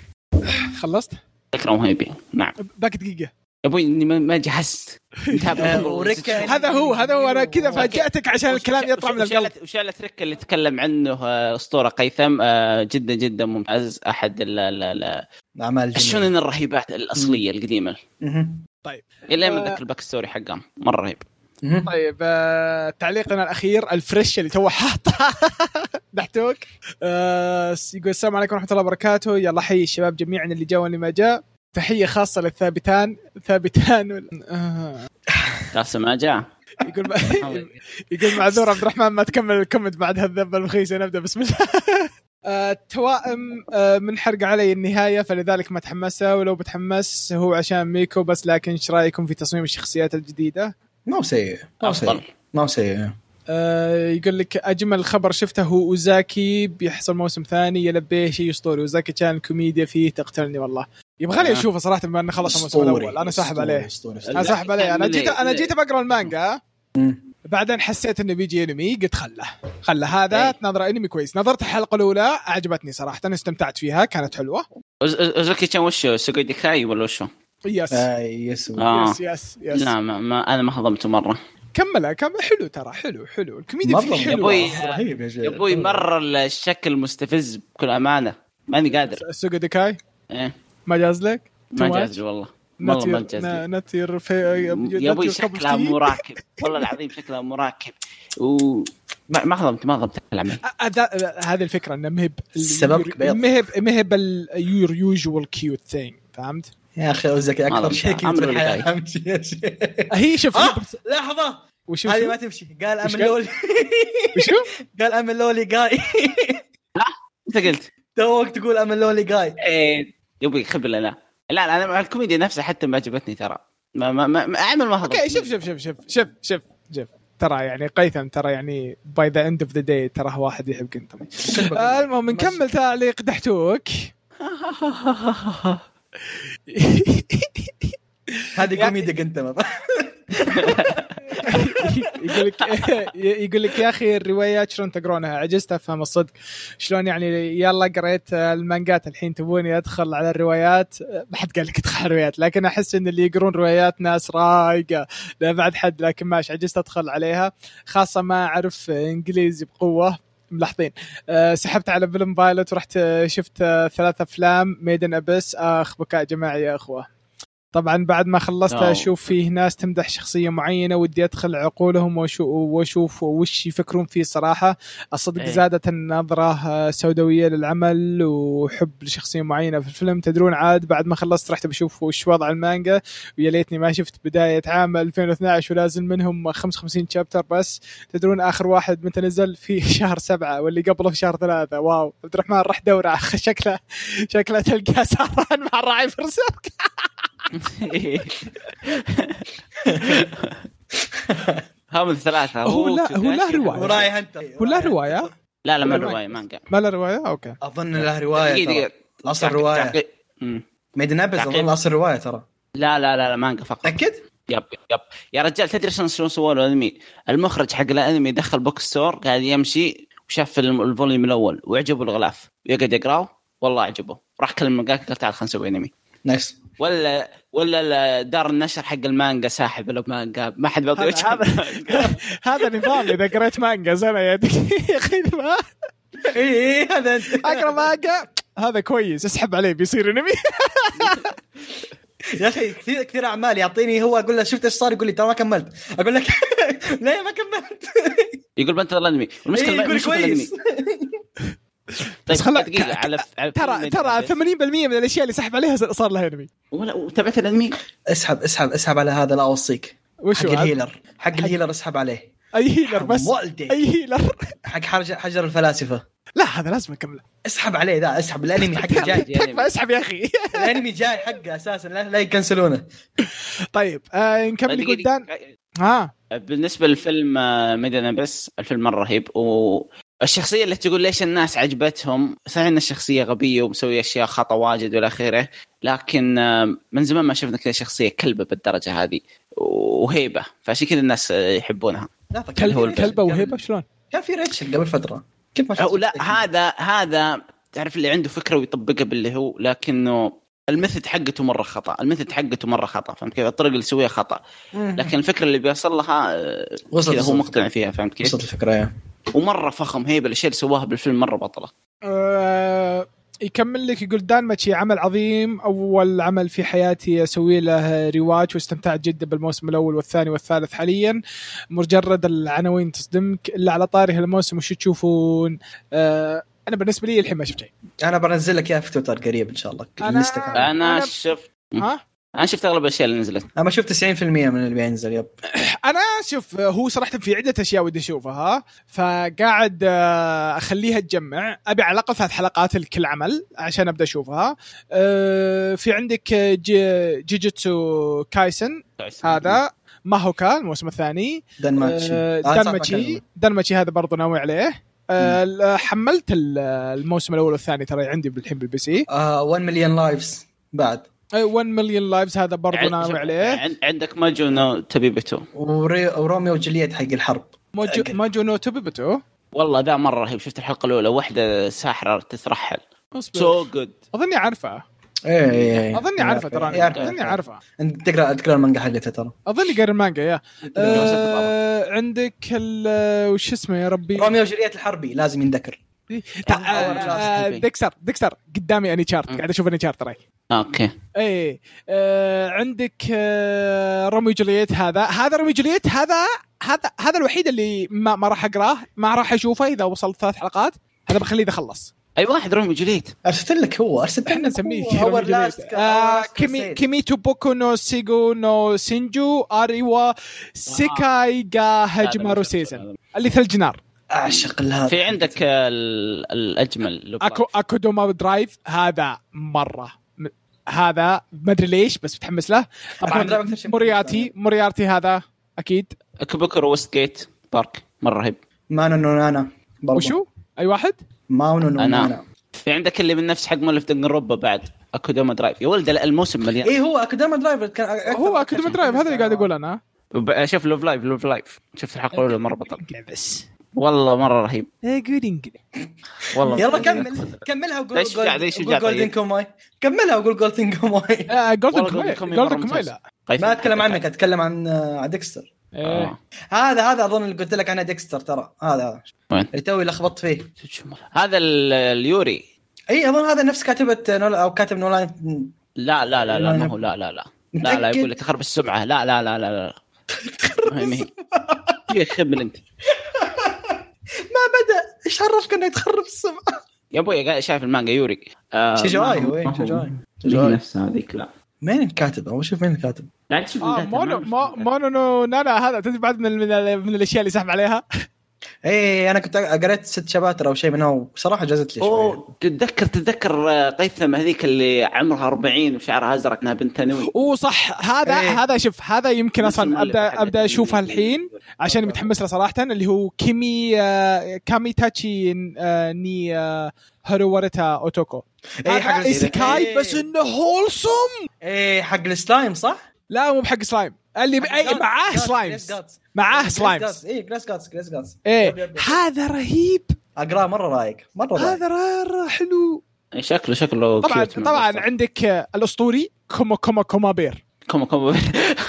خلصت فكرة مهيبة. نعم باقي دقيقة أبوي إني ما جهزت. هذا هو هذا هو أنا كذا فاجأتك عشان الكلام يطلع من القلب. وشالت ركة اللي تكلم عنه أسطورة قيثم جدا جدا ممتاز. أحد الأعمال الشونن الرهيبات الأصلية القديمة. طيب إلا من ذاك الباك ستوري حقهم مرة رهيب. طيب آه، تعليقنا الأخير الفريش اللي تو حاطه دحتوك آه، يقول السلام عليكم ورحمة الله وبركاته. يلا حي الشباب جميعا اللي جاء واللي ما جاء. تحية خاصة للثابتان ثابتان آه. خاصة ما جاء يقول ما... يقول معذور عبد الرحمن ما تكمل الكومنت بعد هالذبة الرخيصة. نبدأ بسم الله. آه، توائم آه، من حرق علي النهاية فلذلك ما تحمسها ولو بتحمس هو عشان ميكو بس. لكن ايش رايكم في تصميم الشخصيات الجديدة؟ ما هو سيء ما هو سيء ما هو سيء. آه يقول لك أجمل خبر شفته هو أوزاكي بيحصل موسم ثاني يلبيه شيء أسطوري. أوزاكي كان كوميديا فيه تقتلني والله يبغاني أشوفه صراحة بما أنه خلص الموسم الأول. أنا ساحب عليه أنا ساحب عليه أنا جيت أنا جيت بقرأ المانجا بعدين حسيت إنه بيجي أنمي قلت خله خله هذا تنظر أنمي كويس. نظرت الحلقة الأولى أعجبتني صراحة أنا استمتعت فيها كانت حلوة. أوزاكي كان وشو سوغوي ديكاي ولا وشو؟ يس آه يس آه. يس يس يس لا ما, ما أنا ما هضمته مرة. كملها كم حلو ترى حلو حلو الكوميديا فيه حلو رهيب يا يا ابوي مرة الشكل مستفز بكل أمانة ماني قادر. سوغو ديكاي إيه ما جاز لك ما جاز والله والله ما انجز نتير في يا ابوي شكلها مراكب والله العظيم شكلها مراكب وما ما خضمت ما خضمت العمل. هذه الفكره انه مهب السبب مهب مهب اليور يوجوال كيوت ثينج فهمت يا اخي وزك اكثر شيء كيوت في الحياه. هي شوف آه لحظه وشو هذه ما تمشي. قال ام لولي وشو قال ام لولي جاي. لا انت قلت توك تقول ام لولي جاي. ايه يبي خبر لا لا لا انا الكوميديا نفسها حتى ما عجبتني ترى ما ما ما اعمل ما اوكي شوف شوف شوف شوف شوف شوف شوف ترى يعني قيثم ترى يعني باي ذا اند اوف ذا داي ترى واحد يحب قنطم. المهم نكمل تعليق دحتوك. هذه كوميديا قنطم. يقول لك يقول لك يا اخي الروايات شلون تقرونها عجزت افهم الصدق شلون يعني يلا قريت المانجات الحين تبوني ادخل على الروايات ما حد قال لك ادخل على الروايات لكن احس ان اللي يقرون روايات ناس رايقه لا بعد حد لكن ماش عجزت ادخل عليها خاصه ما اعرف انجليزي بقوه ملاحظين. أه سحبت على فيلم بايلوت ورحت شفت ثلاث افلام ميدن ابس اخ بكاء جماعي يا اخوه. طبعا بعد ما خلصت اشوف فيه ناس تمدح شخصيه معينه ودي ادخل عقولهم واشوف وش يفكرون فيه صراحه. الصدق ايه. زادت النظره سوداويه للعمل وحب لشخصيه معينه في الفيلم. تدرون عاد بعد ما خلصت رحت بشوف وش وضع المانجا ويا ليتني ما شفت بدايه عام ألفين واثناشر ولازل منهم خمسة وخمسين شابتر بس. تدرون اخر واحد متى نزل في شهر سبعة واللي قبله في شهر ثلاثة. واو عبد الرحمن راح دوره شكله شكله تلقى سهران مع الراعي برسك. هم الثلاثة هو لا هو له رواية وراي انت هو له رواية لا لا ما رواية مانجا ما له رواية اوكي اظن له رواية اصل رواية ميدن ابس اظن اصل رواية ترى لا لا لا مانجا فقط. تأكد يب يب يا رجال تدري شلون سووا الانمي المخرج حق الانمي دخل بوكس ستور قاعد يمشي وشاف الفوليوم الاول وعجبه الغلاف ويقعد يقراه والله عجبه راح كلم مقاك قال تعال خلينا نسوي انمي نايس. ولا ولا دار النشر حق المانجا ساحب المانجا ما حد بيعطي هذا هذا نظام اذا قريت مانجا زين يا اخي ما اي هذا اقرا مانجا هذا كويس اسحب عليه بيصير انمي. يا اخي كثير كثير اعمال يعطيني هو اقول له شفت ايش صار يقول لي ترى ما كملت اقول لك لا ما كملت يقول بنت الانمي والمشكله يقول كويس. طيب خلنا دقيقة على ترى ترى ثمانين بالمئة من الأشياء اللي سحب عليها صار لها انمي. ولا وتابعت الانمي اسحب اسحب اسحب على هذا لا اوصيك حق الهيلر حق الهيلر اسحب عليه اي هيلر بس اي هيلر حق حجر حجر الفلاسفة لا هذا لازم نكمله اسحب عليه ذا اسحب الانمي حق جاي اسحب يا اخي الانمي جاي حقه اساسا لا, لا يكنسلونه. طيب آه نكمل قدام. ها بالنسبة للفيلم ميدن بس الفيلم مرة رهيب و الشخصية اللي تقول ليش الناس عجبتهم صحيح ان الشخصية غبية ومسوية اشياء خطأ واجد والى اخره لكن من زمان ما شفنا كذا شخصية كلبة بالدرجة هذه وهيبة فعشان كذا الناس يحبونها. كلبة كلبة وهيبة شلون كان في ريتشل قبل فترة كيف ما شفت لا هذا هذا تعرف اللي عنده فكرة ويطبقها باللي هو لكنه الميثود حقته مرة خطأ الميثود حقته مرة خطأ فهمت كيف الطريقة اللي يسويها خطأ لكن الفكرة اللي بيوصل لها كذا هو مقتنع فيها فهمت كيف وصلت الفكرة ومرة فخم هيبة الأشياء اللي سواها بالفيلم مرة بطلة. أه يكمل لك يقول دان ماتشي عمل عظيم أول عمل في حياتي أسوي له رواج واستمتعت جدا بالموسم الأول والثاني والثالث حاليا مجرد العناوين تصدمك إلا على طاري هالموسم وش تشوفون. أه أنا بالنسبة لي الحين ما شفت شيء. أنا بنزل لك إياه في تويتر قريب إن شاء الله. أنا أنا, أنا شفت ها أنا شفت أغلب الأشياء اللي نزلت. أنا شفت تسعين بالمئة من اللي بينزل يب. أنا شوف هو صراحة في عدة أشياء ودي أشوفها فقاعد أخليها تجمع أبي على الأقل ثلاث حلقات لكل عمل عشان أبدأ أشوفها. في عندك جيجيتسو كايسن هذا ماهوكا الموسم الثاني دانماتشي دانماتشي دانماتشي هذا برضو ناوي عليه. أه حملت الموسم الأول والثاني ترى عندي بالحين بالبي سي. آه one million lives بعد one million lives هذا برضو ناوي عليه. عندك ماجو نو تبيبتو وروميو وجولييت حق الحرب ماجو, ماجو نو تبيبتو والله ذا مرة رهيب شفت الحلقة الأولى واحدة ساحرة تترحل سو جود أظني عارفة ايه ايه اظني عارفه ترى اظني عارفه انت تقرا تقرا المانجا حقتها ترى اظني قرا المانجا يا آه عندك وش اسمه يا ربي روميو وجولييت الحربي لازم ينذكر ديكستر ديكستر قدامي اني شارت قاعد اشوف اني شارت راي اوكي اي آه عندك آه روميو جولييت هذا هذا روميو جولييت هذا هذا هذا الوحيد اللي ما, ما راح اقراه ما راح اشوفه اذا وصل ثلاث حلقات هذا بخليه اذا خلص اي واحد روميو جولييت ارسلت لك هو ارسلت احنا نسميه روميو جولييت آه كيمي كيميتو بوكو نو سيجو نو سينجو اريوا سيكاي جا هاجمارو سيزن اللي ثلج نار اعشق هذا. في عندك الاجمل اكو اكو دوما درايف هذا مره م... هذا ما ادري ليش بس متحمس له طبعا مورياتي موريارتي هذا اكيد كوبكر وست جيت بارك مره رهيب مانو نونانا وشو اي واحد مانو نونانا في عندك اللي من نفس حق مؤلف دنجروبا بعد اكو دوما درايف يا ولد الموسم مليان ايه هو اكو دوما درايف كان هو اكو دوما درايف هذا اللي قاعد اقول انا شوف لوف لايف لوف لايف شفت الحلقه الاولى مره بطل بس والله مره رهيب جودينج والله يلا كمل كملها وقول قول جولدن كوماي كملها وقول جولدن كوماي جولدن كوماي جولدن كوماي لا ما اتكلم عنك اتكلم عن ديكستر آه. هذا هذا اظن اللي قلت لك عنه ديكستر ترى هذا اللي توي لخبطت فيه هذا اليوري اي اظن هذا نفس كاتبه نول او كاتب نولاين لا لا لا لا ما هو لا لا لا لا لا يقول لك تخرب السمعه لا لا لا لا لا مهم هي خبل انت ما بدا ايش عرفك انه يتخرب السمعه يا ابوي شايف المانجا يوري شجاعي هو شجاعي نفس هذيك لا مين الكاتب او شوف مين الكاتب لا تشوف آه مونو مونو نو نانا هذا تدري بعد من من الاشياء اللي سحب عليها ايه انا كنت قريت ست شباتر او شيء منها وصراحه جازت لي شويه تتذكر تتذكر قيثم هذيك اللي عمرها أربعين وشعرها ازرق انها بنت تنوي اوه صح هذا إيه. هذا شوف هذا يمكن اصلا ابدا ابدا اشوفها الحين عشان متحمس له صراحه اللي هو كيمي آه كامي تاتشي آه ني آه هارووريتا اوتوكو ايه حق ايسيكاي إيه. بس انه هولسوم ايه حق السلايم صح لا مو بحق سلايم اللي اي معاه سلايم معاه سلايم ايه جلاس جاتس جلاس جاتس ايه هذا رهيب اقرا مره رايق مره رايق هذا رائع حلو شكله شكله طبعا طبعا بصر. عندك الاسطوري كوما كوما كوما بير كوما كوما بير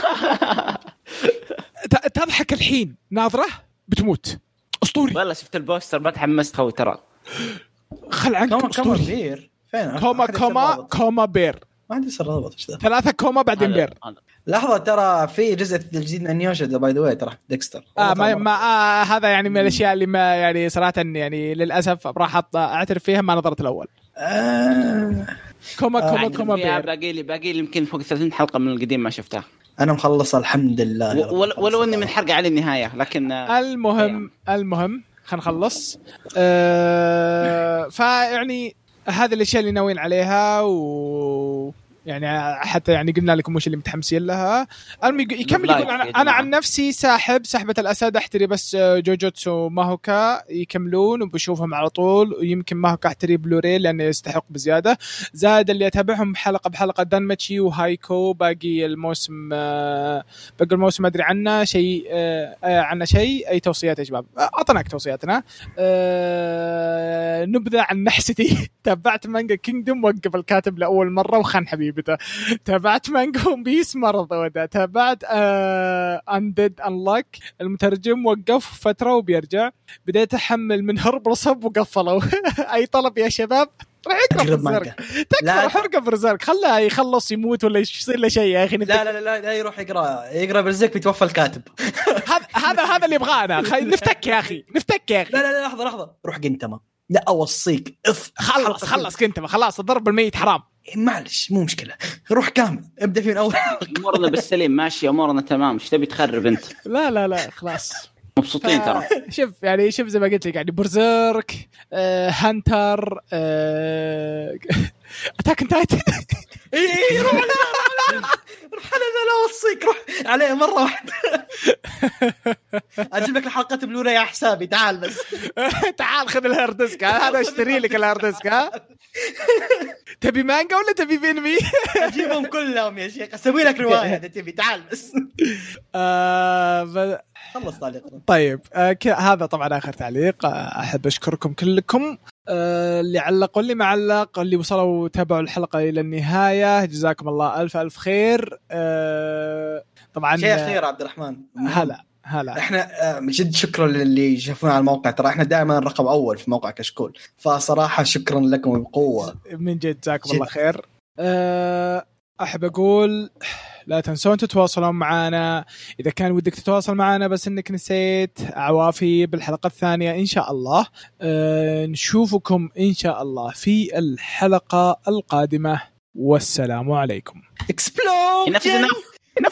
تضحك الحين ناظره بتموت اسطوري والله شفت البوستر ما تحمست هو ترى خل عنك كوما كوما بير فين كوما كوما كوما بير ما عندي سر رابط ايش ذا ثلاثه كوما بعدين بير لحظه ترى في جزء الجديد من نيوشا باي ذا واي ترى ديكستر آه ما, ما آه هذا يعني من الاشياء اللي ما يعني صراحه يعني للاسف راح اعترف فيها ما نظرت الاول آه كوما كوما آه كوما بير باقي لي باقي لي يمكن فوق ثلاثين حلقه من القديم ما شفتها انا مخلص الحمد لله ولو اني من حرق على النهايه لكن المهم يعني. المهم خلينا نخلص آه فيعني هذه الاشياء اللي ناويين عليها و يعني حتى يعني قلنا لكم وش اللي متحمسين لها يكمل يقول أنا, أنا عن نفسي ساحب سحبة الأسد أحتري بس جوجوتسو ماهوكا يكملون وبشوفهم على طول ويمكن ماهوكا أحتري بلوري لأنه يستحق بزيادة زاد اللي أتابعهم حلقة بحلقة دانماتشي وهايكو باقي الموسم باقي الموسم ما أدري عنه شيء عنه شيء أي توصيات يا شباب أعطناك توصياتنا نبذة عن نحستي تابعت مانجا كينجدوم وقف الكاتب لأول مرة وخان حبيبي تابعت مانجا بيس مرض ودا تابعت أندد أنلاك المترجم وقف فترة وبيرجع بديت أحمل من هرب رصب وقفلوا أي طلب يا شباب راح يقرأ برزيرك تكفى حرقة برزيرك خلاه يخلص يموت ولا يصير له شيء يا أخي لا لا لا لا يروح يقرأ يقرأ برزيرك بيتوفى الكاتب هذا هذا اللي يبغانا نفتك يا أخي نفتك يا أخي لا لا لحظة لحظة روح قنتما لا أوصيك اف خلص خلص قنتما خلاص الضرب الميت حرام معلش مو مشكلة روح كامل ابدأ في من أول أمورنا بالسليم ماشي أمورنا تمام ايش تبي تخرب أنت لا لا لا خلاص مبسوطين ترى شوف يعني شوف زي ما قلت لك يعني برزيرك آه، هانتر آه، أتاك أون تايتن إيه روح روح أنا لا أوصيك روح عليه مرة واحدة أجيب لك الحلقة بلونا يا حسابي تعال بس تعال خذ الهاردسك هذا اشتري لك الهاردسك ها تبي مانجا ولا تبي فيلمي أجيبهم كلهم يا شيخ أسوي لك رواية تبي تعال بس آه خلص تعليق طيب آه هذا طبعا آخر تعليق آه أحب أشكركم كلكم آه اللي علقوا اللي ما علق اللي وصلوا وتابعوا الحلقة إلى النهاية جزاكم الله ألف ألف خير آه طبعا شيء خير عبد الرحمن هلا هلا احنا جد شكرا للي شافونا على الموقع، ترى احنا دائما رقم اول في موقع كشكول، فصراحه شكرا لكم بقوه من جد. جزاكم الله خير. احب اقول لا تنسون تتواصلون معنا إذا كان ودك تتواصل معنا بس إنك نسيت. عوافي بالحلقة الثانية إن شاء الله. أه نشوفكم إن شاء الله في الحلقة القادمة، والسلام عليكم. Explosion!